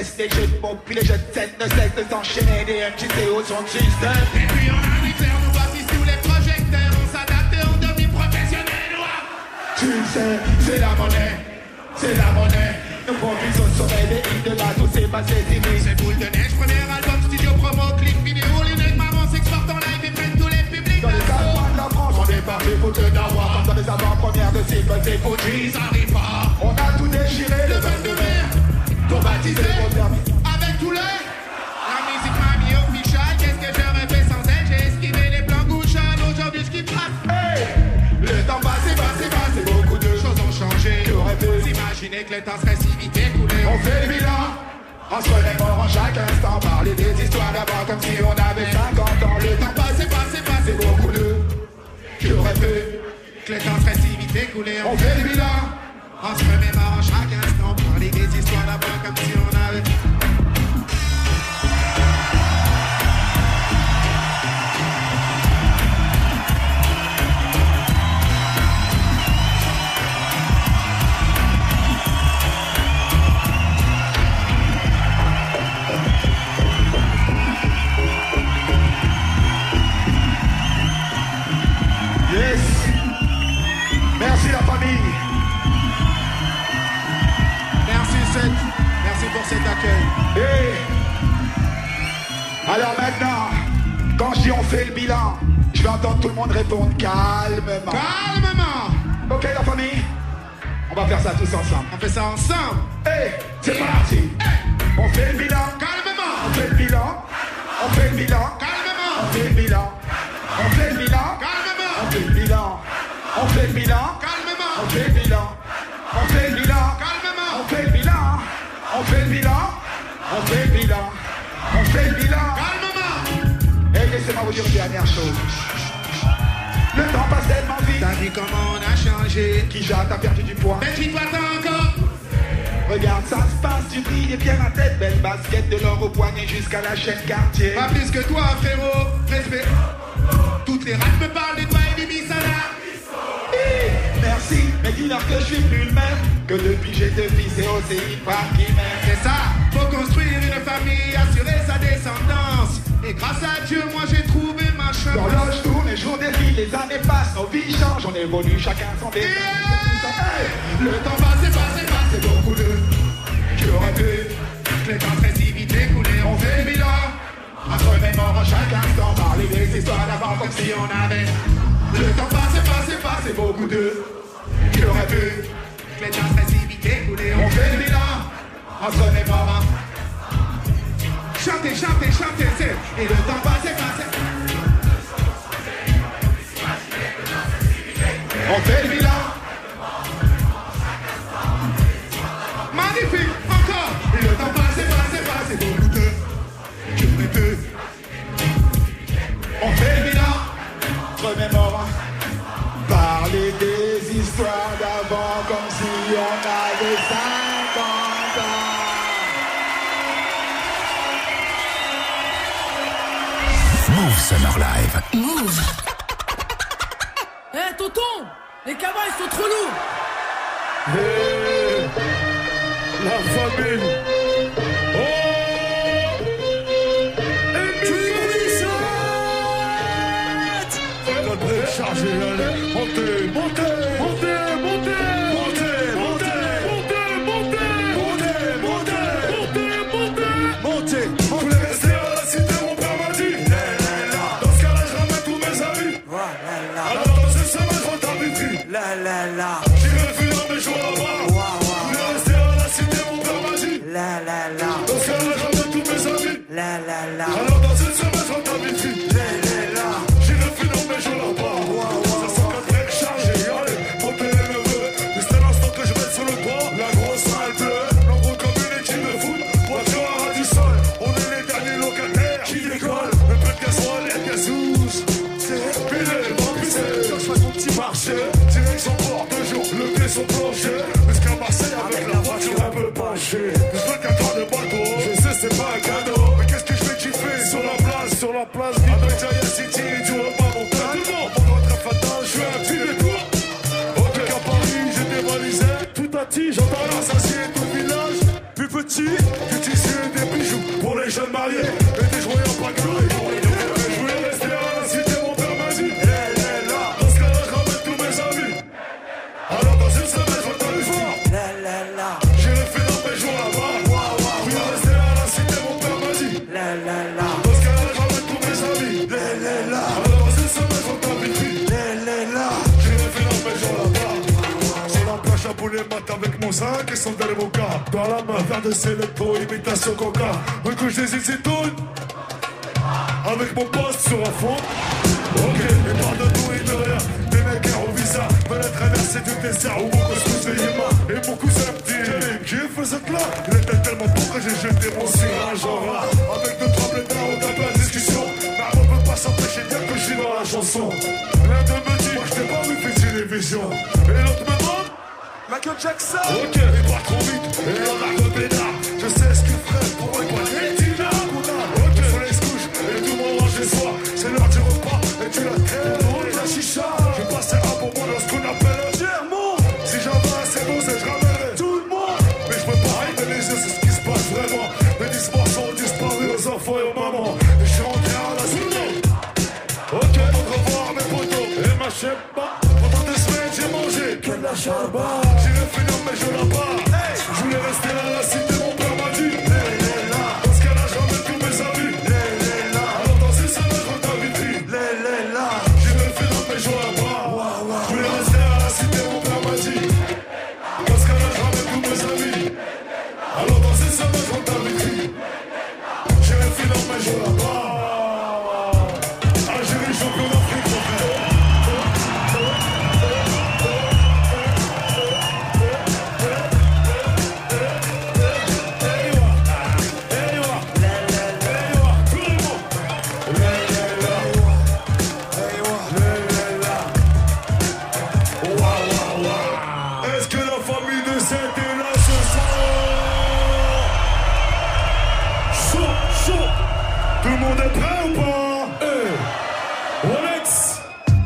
laisse les jeux de mots, puis les jeux de scène ne cessent de s'enchaîner. Des MJC au son de système. Et puis on a clair, nous voici sous les projecteurs. On s'adapte et on devient professionnel. Tu sais, c'est la monnaie, c'est la monnaie. Nous produisons au sommet des hits de là, tout s'est passé divin. C'est Boule de Neige, premier album, studio, promo, clip, vidéo. Les mecs marrons s'exportent en live et prennent tous les publics. Dans les coins de la France, on est parti pour te d'avoir. Comme dans les avant-premières de Simple et Fouji. Ils arrivent pas. On a tout déchiré Le 22 mai, pour baptiser vos permis. avec tout l'air. La musique m'a mis au fichage. Qu'est-ce que j'aurais fait sans elle? J'ai esquivé les plans gouchades. Aujourd'hui, ce qui passe. Hey, le temps passé, beaucoup de choses ont changé. J'aurais pu s'imaginer que le temps serait si vite écoulé. On fait le bilan, on se remémore en chaque instant. Parler des histoires d'avant comme si on avait 50 ans. Le temps passé, beaucoup de j'aurais pu que le temps serait si vite écoulé. On fait le bilan, on se remémore en chaque instant. Parler des histoires d'avant comme si on avait. yes. Merci la famille. Merci pour cet accueil. Et alors maintenant, quand je dis on fait le bilan, je vais entendre tout le monde répondre calmement. Calmement. Ok la famille, on va faire ça tous ensemble. On fait ça ensemble. Hey, c'est parti. Hey. On fait le bilan. Calmement. On fait le bilan. On fait le bilan. Calmement. On fait le bilan. On fait le bilan. Calmement. On fait le bilan. On fait le bilan. Calmement. On fait le bilan. On fait le bilan. Calmement. On fait le bilan. On fait le bilan. On fait le bilan. On fait le bilan. Calmement. Et laissez-moi vous dire une dernière chose. Le temps passe tellement vite. T'as vu comment on a changé? Qui j'a t'as perdu du poids. Mais tu toi encore. Regarde, ça se passe, tu brilles et bien la tête. Belle basket, de l'or au poignet jusqu'à la chaîne quartier. Pas plus que toi, frérot. Respect. Toutes les races me parlent de toi et du Bissana. Merci, mais dis-leur que je suis plus le même. Que depuis j'ai deux fils et aussi une femme qui m'aime. C'est ça, faut construire une famille, assurer sa descendance. Et grâce à Dieu, moi j'ai trouvé ma chance. L'horloge tourne, les jours défilent, les années passent, nos vies changent, on évolue, chacun son destin. Le temps passe, beaucoup de qui aurait pu que le temps serait si vite écoulé. On fait le bilan, on se remémore à chaque instant, parler des histoires d'avant comme si on avait. Le temps passe, beaucoup de qui aurait pu que le temps serait si vite écoulé. On fait le bilan, on se remémore. Chantez, c'est. Et le temps passe. On fait le bilan. Magnifique, encore. Et le temps passe, beaucoup de qui aurait pu. On fait le bilan, on se remémore. Parler des histoires d'avant comme si on avait 50 ans. Move Summer Live. Move. Eh tonton, les cabas ils sont trop lourds. Hey, la famille. Oh, chargé, allez, montez. Vous voulez rester à la cité, mon père m'a dit. Dans ce cas-là, je ramène tous mes amis. Alors dans une semaine, je rentre à Vitry. J'irai finir mes jours là-bas. Vous voulez rester à la cité, mon père m'a dit. Dans ce cas-là, je ramène tous mes amis. Alors dans une semaine, je rentre à Vitry. J'irai finir mes jours là-bas. Ça sent qu'un break chargé. Allez, montez les neveux. Mais c'est l'instant que je mets sur le toit. La grosse salle bleue. L'enroule comme une équipe de foot. Voiture à ras du sol. On est les derniers locataires qui décollent. Un peu de casserole et de gazouze. C'est pilé, rempissé. Je fais mon petit marché. Direction port de jour. Le pied sur plancher. Jusqu'à Marseille avec la voiture un peu penchée. Je veux qu'un train de bateau. Je sais, c'est pas un cadeau. Mais qu'est-ce que je vais kiffer sur la place. Avec Jaya City et du repas montagne. Pendant le train fatal, je fais un petit détour. En tout cas, Paris, j'ai dévalisé. Tout à ti, j'entends l'assassin tout le village. Plus petit, que tissu 5 et son dernier mocha. Dans la main, faire de sélectro, imitation coca. Un couche des zitoun. Avec mon poste sur un fond. Ok, et pas de tout et de rien. Des mecs au visa veulent traverser du désert où beaucoup se faisaient Yéma. Et mon cousin me dit, qui faisait que là? Il était tellement bon que j'ai jeté mon cirage en rat. Avec deux trois blédards, on tape la discussion. Mais on peut pas s'empêcher de dire que je suis dans la chanson. L'un de me dit, moi je t'ai pas vu faire télévision. Et l'autre me demande, Michael Jackson. Ok, il part trop vite, et on a le pédard. Je sais ce qu'il ferait pour moi, et Tina. Ok, sur les couches, et tout le monde range chez soi. C'est l'heure du repas, et tu la traînes, et la chicha. Je passerai un bon moment dans ce qu'on appelle un tiers-monde. Si j'avais assez d'osé, je ramènerais tout le monde. Mais je peux pas arrêter les yeux, c'est ce qui se passe vraiment. Mes 10 morceaux ont disparu aux enfants et aux mamans. Et je suis rentré à la cité. Ok, donc au revoir mes potos. Et ma chèvre, pendant 2 semaines j'ai mangé que de la charba. J'irai finir mais je la barre. Je voulais rester là à la cité, mon père m'a dit. Dans ce cas-là, je ramène tous mes amis. Alors dans une semaine, je rentre à Vitry. J'irai finir mais je la barre. Je voulais rester à la cité, mon père m'a dit. Dans ce cas-là, je ramène tous mes amis. Alors dans une semaine, je rentre à Vitry. J'irai finir mais je la barre. Algérie, champion d'Afrique, mon frère. Est-ce que la famille de Zed est là ce soir? Chaud, chaud. Tout le monde est prêt ou pas? Rolex.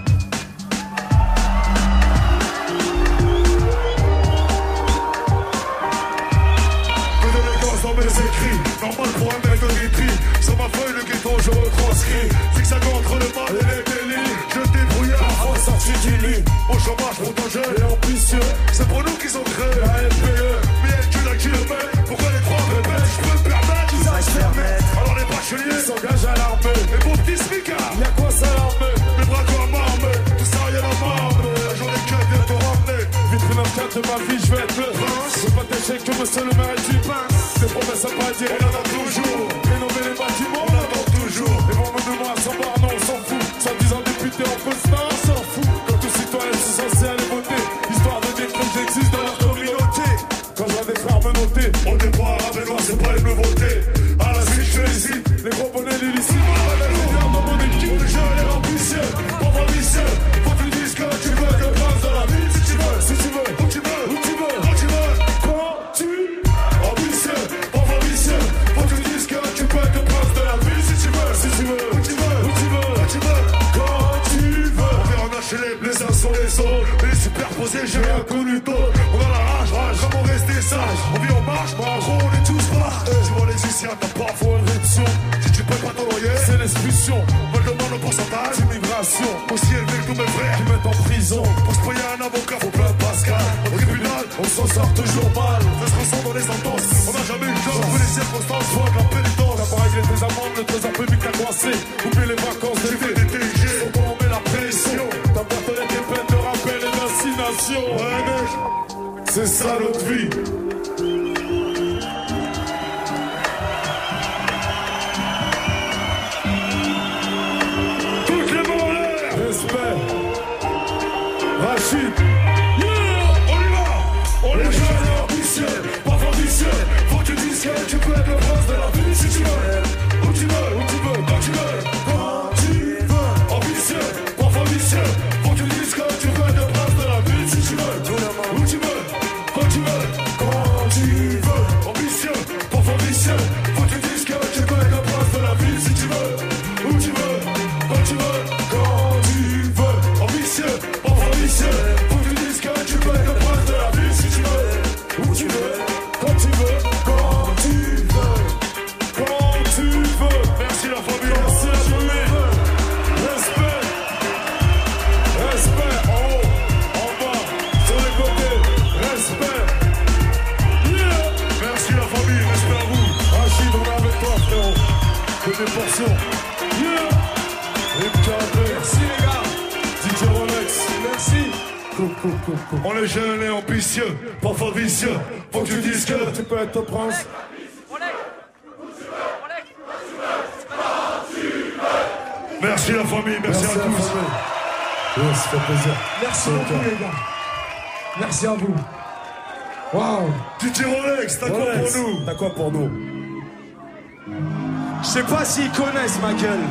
Peu d'élégance dans mes écrits. Normal pour un mec de Vitry. Sur ma feuille de ghetto je retranscris. Zigzag entre le mal et les délits. Je débrouillais à France sortie du lit. Au chômage protégé et ambitieux. C'est pour nous qu'ils ont créé la FPE. Mais est-ce que là qui le met? Pourquoi les trois répètent? Je peux me permettre qu'ils aillent se faire mettre. Alors les bacheliers s'engagent à l'armée. Et mon petit smicard, y'a quoi ça l'armée? Mes bras comme armés, tout ça rien à marmer. La journée que bientôt ramené. Vitry 24 de ma vie, je vais être le prince. Je veux pas t'échec que monsieur le maire du pince. Des promesses à pas dire, on attend toujours. Rénover les bâtiments, on attend toujours. Et mon monument à 100 bars, non on s'en fout. 110 ans député en costard, on s'en fout. Comme tout citoyen, je suis censé aller voter. Histoire de dire que j'existe dans leur communauté. Quand je vois des frères me noter, au départ, avec moi c'est pas une nouveauté. À la suite, je félicite les gros bonnets l'illicite. Les leaders dans mon équipe, les jeunes et ambitieux. Pauvre ambitieux, faut que tu dises que tu veux que passe dans la vie. Si tu veux, si tu veux, où tu veux, où tu veux, quand tu veux, quand tu ambitieux, pauvre ambitieux, faut que tu dises que tu peux que passe de la vie. Si tu veux, si tu veux, où tu veux, où tu veux, quand tu veux, quand tu veux. On vient en acheter les uns sur les autres. Les superposés, j'ai rien connu d'autre. On a la rage, comment rester sage? On vit en marche, on est tous bas. Tu vois les Issiens, t'as parfois une réduction. Si tu payes pas ton loyer, c'est l'expulsion. Me demande le pourcentage d'immigration aussi élevé que tous mes frères qui mettent en prison. Pour se payer un avocat, faut plein de Pascal. Au tribunal, on s'en sort toujours mal. Ça se ressent dans les sentences. On n'a jamais eu le temps, mais les circonstances font de la pénitence. T'as pas réglé tes amendes, le trésor public a coincé. Oublier les vacances, tu fais des TG. Faut pas on met la pression. T'as pardonné tes peines de rappel et d'assignation. Ouais, mec, c'est ça notre vie. Rachid, yeah, on y va. On est jeunes et ambitieux, pas ambitieux. Faut que tu dises que tu peux être le prince de la vie si tu veux. Où tu veux, où tu veux, quand tu veux, quand tu veux. Ambitieux, pas ambitieux. Faut que tu dises que tu peux être le prince de la vie si tu veux. Où tu veux, quand tu veux, quand tu veux. Ambitieux, pas ambitieux. Faut que tu dises que tu peux être le prince de la vie si tu veux. Où tu veux, quand tu veux, quand tu veux. Ambitieux, pas ambitieux. Faut que tu dises que tu peux être le prince de la vie si tu veux. Où tu veux, quand tu veux, quand tu veux. Quand tu veux. Merci la famille, merci la famille. Respect, respect en haut, en bas, sur les côtés. Respect. Yeah. Merci la famille, respect à vous. Rachid, on est avec toi frérot. Que des portions. Yeah. MKB. Merci les gars. DJ Rolex. Merci. Cool. On est jeunes et ambitieux, parfois vicieux. Faut que tu dises que tu peux être au prince. Merci la famille, merci à tous. Oui, ça fait plaisir. Merci beaucoup les gars. Merci à vous. Waouh. DJ Rolex, t'as quoi pour nous? T'as quoi pour nous? Je sais pas s'ils connaissent ma gueule.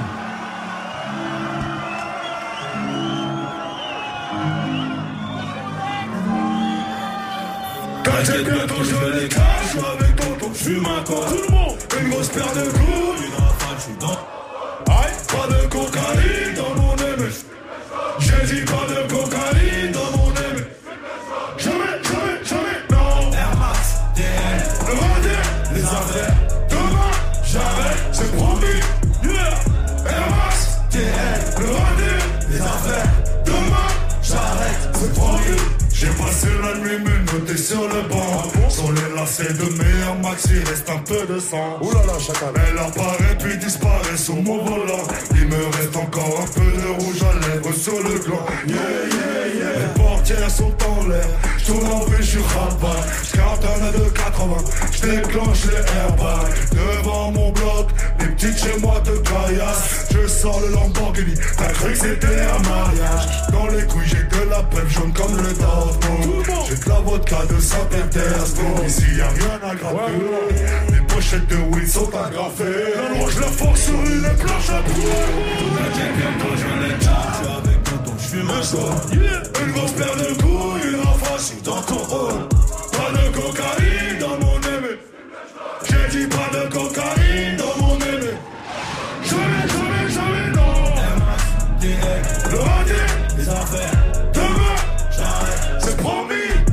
T'inquiète bientôt je les cache, je suis avec tonton, je fume un corps. Tout le monde, une grosse paire de couilles, une rafale, je suis dans. Aïe, pas de cocaïne dans mon aimé. J'ai dit pas de cocaïne dans mon aimé. Jamais, jamais, jamais, non. Air Max, DL, le radar, les affaires. Demain, j'arrête, c'est promis. Yeah. Air Max, DL, le radar, les affaires. Demain, j'arrête, c'est promis. J'ai passé la nuit menotté sur le banc. Sur les lacets de mes Air Max, il reste un peu de sang. Oulala, chacal. Elle apparaît puis disparaît sous mon volant. Il me reste encore un peu de rouge à lèvres sur le gland. Yeah, yeah, yeah. Les portières sont en l'air. J'tourne en V, j'suis rabat. J'cartonne de 80. J'déclenche les airbags. Devant mon bloc, les petites chez moi de caillasse. Je sors le Lamborghini. T'as cru que c'était un mariage? Dans les couilles, j'ai de la pelle jaune comme le Dortmund. J'ai de la vodka de Saint-Pétersbourg. Ici y'a rien à gratter. Les pochettes de weed sont agrafées. La loi je la force sur une planche à brouille. T'inquiète bientôt je les charge. J'suis avec tonton, j'fume un shot. Une grosse paire de couilles, une rafale, j'suis dans ton hall. Pas de cocaïne dans mon aimé. J'ai dit pas de cocaïne dans mon aimé. Jamais, jamais, jamais, non. MADL, le radar, les affaires. Demain, j'arrête, c'est promis.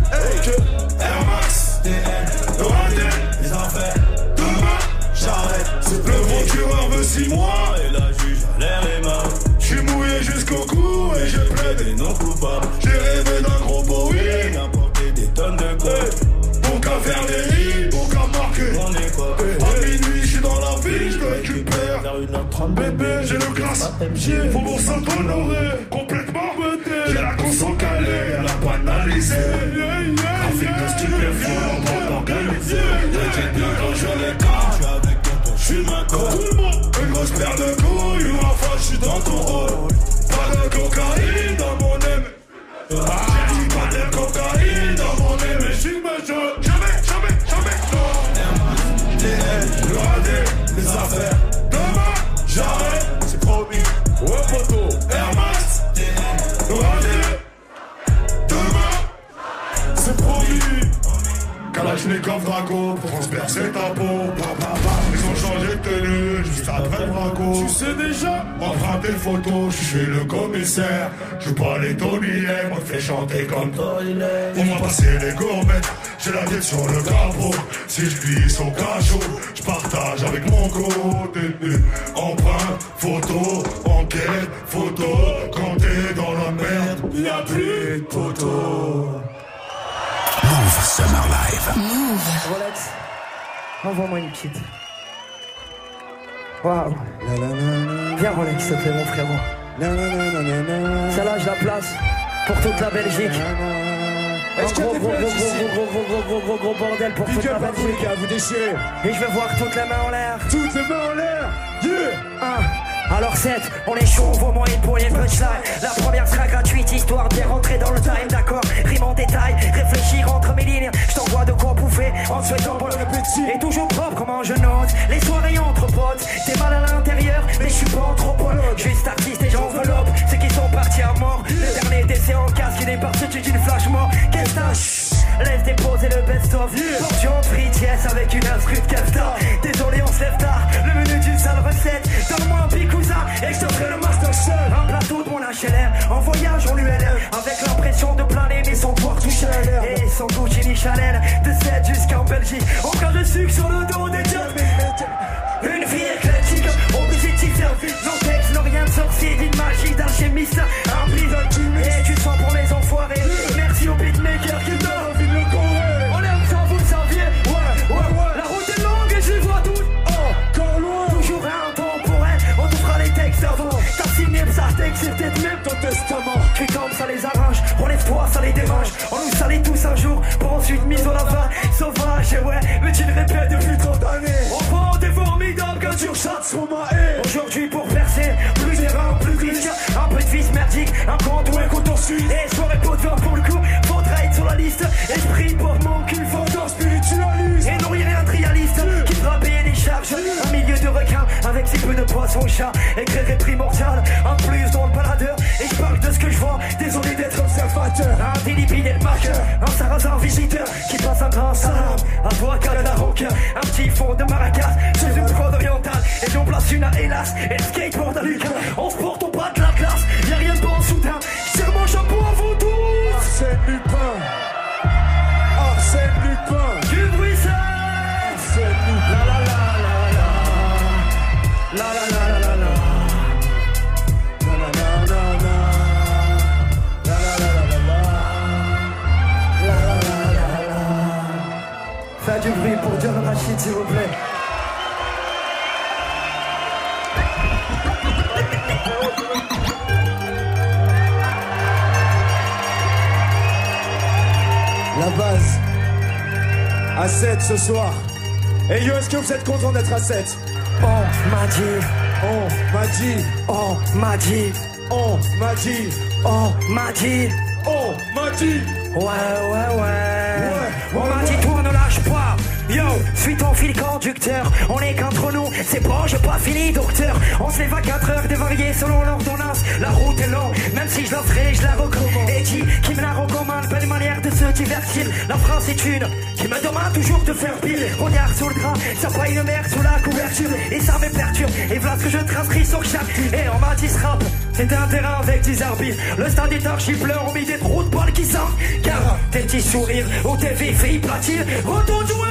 Air Max, DL, le radar, les affaires. Demain, j'arrête, c'est le procureur veut 6 mois. Et la juge a l'air aimable. J'suis mouillé jusqu'au cou et j'ai plaidé non coupable. J'ai rêvé d'un gros Boeing, importé des tonnes de coke. Bon qu'à faire des hits, bon qu'à marquer. On est quoi? À minuit, j'suis dans la ville, j'te récupère. Vers 1h30, bébé, j'ai le classe MG. Faubourg Saint-Honoré, complètement pété. J'ai la conso calée, elle a banalisé. Trafic de stupéfiants, bande organisée. T'inquiète bien quand je les cache. J'suis avec tonton, j'fume un corps. Une grosse paire de couilles, une rafale, j'suis dans ton rôle. Pas de cocaïne dans mon aimé. J'ai dit pas de cocaïne dans mon aimé. J'fume un jaune. Jamais, jamais, jamais, non. DL, le radar, les affaires. Demain, j'arrête, c'est promis. Ouais, poteau. Air Max, DL, le radar. Demain, c'est promis. Kalachnikov Drago pour transpercer ta peau. Ils ont changé de tenue juste après le braco. Tu sais déjà, emprunter le photo, je suis le commissaire. Je pas les Tony-Lay, on fait chanter comme Tony-Lay. On m'a passé les gourmettes, j'ai la tête sur le capot. Si je glisse au cachot, je partage avec mon co-détenu. Empreinte, photo, enquête, photo. Quand t'es dans la merde, y'a plus de photos. Move Summer Live. Move. Rolex, envoie-moi une petite. Waouh. Viens Rolex, s'il te plaît, mon frérot. Celle-là, je la place pour toute la Belgique. Est-ce qu'il y a des gros bordel pour toute la Belgique. Vous déchirez. Et je veux voir toutes les mains en l'air. Toutes les mains en l'air. Yeah. Alors 7, on est chaud, vaut-moi une poignée de punchline. La première sera gratuite, histoire de bien rentrer dans le time, d'accord. Rime en détail, réfléchir entre mes lignes. Je t'envoie de quoi bouffer en souhaitant bon appétit. Et toujours propre, comment je note les soirées entre potes. T'es mal à l'intérieur, mais je suis pas anthropologue. Juste artiste et j'enveloppe ceux qui sont partis à mort. Le dernier décès en casque, il est parti d'une flash mort. Qu'est-ce que laisse déposer le best-of. Portion fritiesse avec une instru de Kefta. Désolé, on se lève tard, le menu d'une sale recette. Donne-moi un picouza et je te ferai le master chef. Un plateau de mon HLR, en voyage en ULR. Avec l'impression de planer mais sans pouvoir toucher. Et sans Gucci ni Chanel, de 7 jusqu'en Belgique. Encore de sucre sur le dos des dieux. Une vie éclectique, obligé de teaser. Non texte, non rien de sorcier, d'une magie d'alchimiste. Un prison et du sang pour les enfoirés. Merci au beatmaker qui donne envie de le courir. On aime ça, vous le saviez. Ouais, la route est longue ensuite mise au lava. Sauvage, et ouais, mais tu le répètes depuis tant d'années. Enfant, t'es formidable quand tu rechasses sur ma haie. Aujourd'hui pour percer, plus d'erreurs, plus de risques. Un peu de vice merdique, un compte ou un coton suisse. Et soirée pot de vin pour le coup, faudra être sur la liste. Esprit pour mon cul, fondant spiritualiste. Et non, y'a rien de réaliste qui fera payer les charges. Un milieu de requin avec si peu de poissons chat. Écrire est primordial, un plus dans le baladeur. Et je parle de ce que je vois, désolé d'être observateur. Un délibile marqueur, un sarrasin visiteur qui passe un grand salam. Un vocal à rocker, un petit fond de maracas sur une prod orientale. Et on place une hélas et le skateboard à Lucas. On se porte au pas de la classe, y'a rien de bon en soudain. C'est mon chapeau à vous tous. Arsène Lupin. Arsène Lupin. Du bruissage. Arsène Lupin. La la la la la. La la la la la la. La la la la la. La la la la la. La la la la la. Fais du bruit pour John Rachid s'il vous plaît. La base. À 7 ce soir. Et yo, est-ce que vous êtes content d'être à 7? On m'a dit. On m'a dit. On m'a dit. On m'a dit. On m'a dit. On m'a dit. Ouais. On m'a dit toi ne lâche pas. Yo, suis ton fil conducteur. On est qu'entre nous, c'est bon, j'ai pas fini, docteur. On se lève à 4 heures dévariées selon l'ordonnance. La route est longue, même si je la ferai, je la recommande. Et dit qui me la recommande, belle manière de se divertir. La France est une qui me demande toujours de faire pire. Regarde sur le drap, ça pas une merde sous la couverture. Et ça me perturbe, et voilà ce que je transcris sur chaque. Et on m'a dit ce rap, c'est un terrain avec des arbitres. Le stade est archi plein, on met des trous de balles qui sortent. Car tes petits sourires, ou tes vifs et platines. Retourne joueur.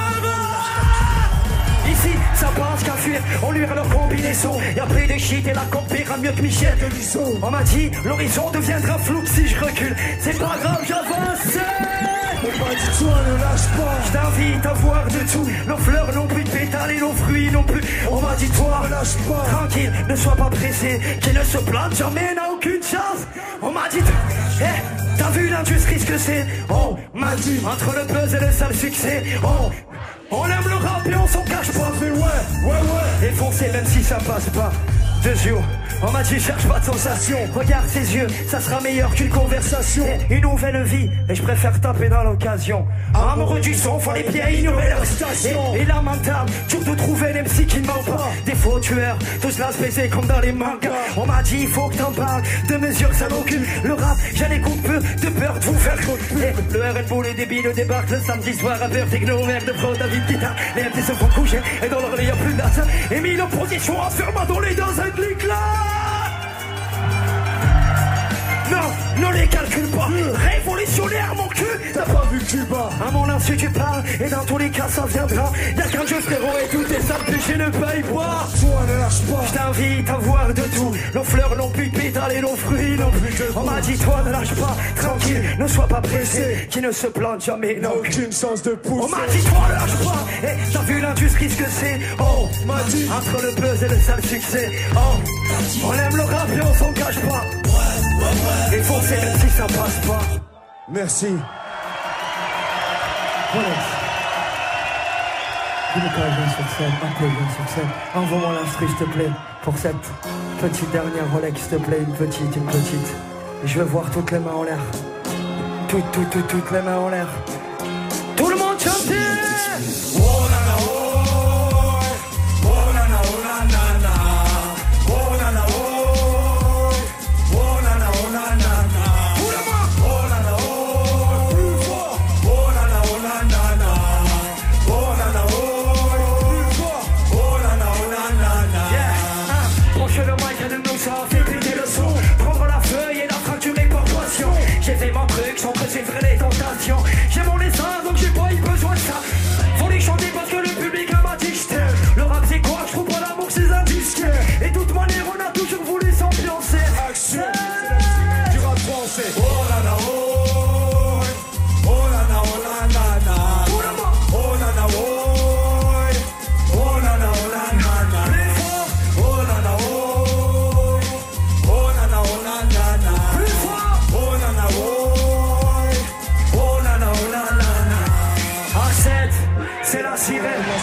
Ici, ça pense qu'à fuir, on lui leur combinaison. Y'a plus de shit et la compère mieux que Michel. On m'a dit, l'horizon deviendra flou si je recule. C'est pas grave, j'avance. On m'a dit, toi ne lâche pas. Je t'invite à voir de tout. Nos fleurs n'ont plus de pétales et nos fruits non plus. On m'a dit, toi ne lâche pas. Tranquille, ne sois pas pressé. Qui ne se plante jamais n'a aucune chance. On m'a dit, t'as vu l'industrie ce que c'est? On m'a dit, entre le buzz et le sale succès. On aime le rap et on s'en cache pas. Fait ouais. Et foncer même si ça passe pas. 2 jours, on m'a dit cherche pas de sensation. Regarde ses yeux, ça sera meilleur qu'une conversation. Une nouvelle vie, et je préfère taper dans l'occasion. Amoureux du son, font les pieds à ignorer leur station. Et lamentable, dur de trouver les MC qui ne mentent pas. Des faux tueurs, tous là se baiser comme dans les mangas. On m'a dit il faut que t'en parles, de mesures ça m'occupe. Le rap, j'en écoute peu, de peur de vous faire le Red Bull et débile débarque le samedi soir. Rappeur techno, merde de pro, David guitare. Les MT se font coucher, et dans leur lit y'a plus de date. Et mis en position, enfermant dans les dans un clic là. Non, ne les calcule pas. Révolutionnaire mon cul. T'as pas vu Cuba? À mon insu tu parles, et dans tous les cas ça viendra. Y'a qu'un jeu frérot et tout est sale péché ne paye pas. Toi ne lâche pas. Je t'invite à voir de tout. Nos fleurs n'ont plus de pétales et nos fruits non plus. On m'a dit toi ne lâche pas. Tranquille, ne sois pas pressé. Qui ne se plante jamais non. Aucune chance de pousser. On m'a dit toi ne lâche pas. Et t'as vu l'industrie ce que c'est? On m'a dit entre le buzz et le sale succès. On aime le rap et on s'en cache pas. Et foncer même si ça passe pas. Merci. Voilà. Dis-le quand viens sur scène, un peu viens sur scène. Envoie-moi l'instru s'il te plaît. Pour cette petite dernière Rolex s'il te plaît, une petite. Et je veux voir toutes les mains en l'air. Toutes les mains en l'air. Tout le monde chante. Oh nana oh, oh nana oh nana, oh nana oh. J'ai fait mon truc sans que c'est vrai les tentations. J'ai mon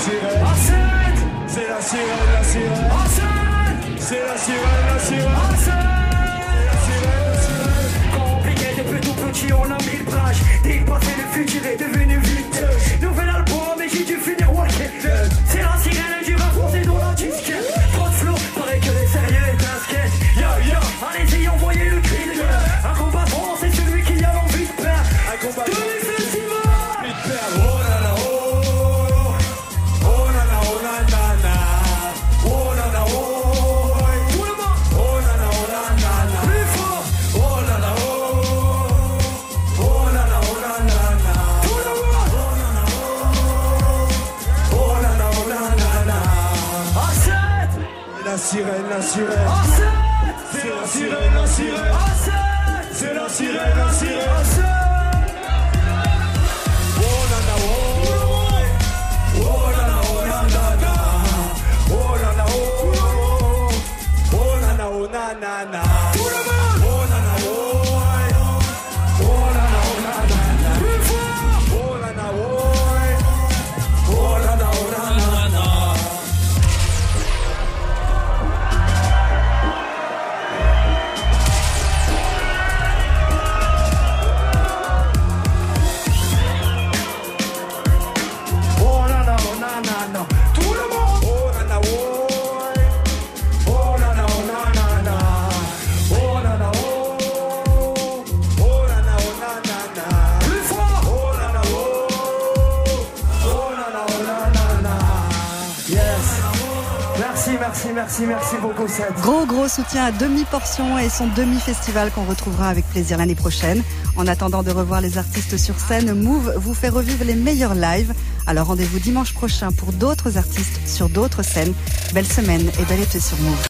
sirène. C'est la sirène, la sirène. C'est la sirène, la sirène. Compliqué depuis tout petit, on a mis le brage. Dès le passé, le futur est devenu vite. Nouvel album, mais j'ai dû finir walker. C'est la sirène du rap, c'est dans la disquette. Trop de flow, paraît que les sérieux est un sketch. Yo yo, allez-y, envoyez le cri de guerre. Un combattant, c'est celui qui a l'envie de perdre. Un combattant, tous les festivals. Oh nana, oh. Oh nana, oh nana. Oh nana, oh. Tout le monde. Oh nana, oh nana. Plus fort. Oh nana, oh. Oh nana, oh nana. Tout le monde. Oh nana, oh nana. A7. La sirène, la sirène. A7. C'est la sirène, la sirène. A7. C'est la sirène, la sirène. A7. Oh nana, oh. Oh nana, oh nana. Oh nana, oh. Oh nana, oh nana. Tout le monde. Oh nana, oh. Oh nana, oh nana. Plus fort. Oh nana, oh. Oh nana, oh nana. Oh nana, oh nana. Tout le monde. Oh nana, oh. Oh nana, oh nana. Oh nana, oh. Oh nana, oh nana. Plus fort. Oh nana, oh. Oh nana, oh nana. Yes. Merci beaucoup, Seth. Gros soutien à Demi-Portion et son demi-festival qu'on retrouvera avec plaisir l'année prochaine. En attendant de revoir les artistes sur scène, Move vous fait revivre les meilleurs lives. Alors rendez-vous dimanche prochain pour d'autres artistes sur d'autres scènes. Belle semaine et bel été sur Move.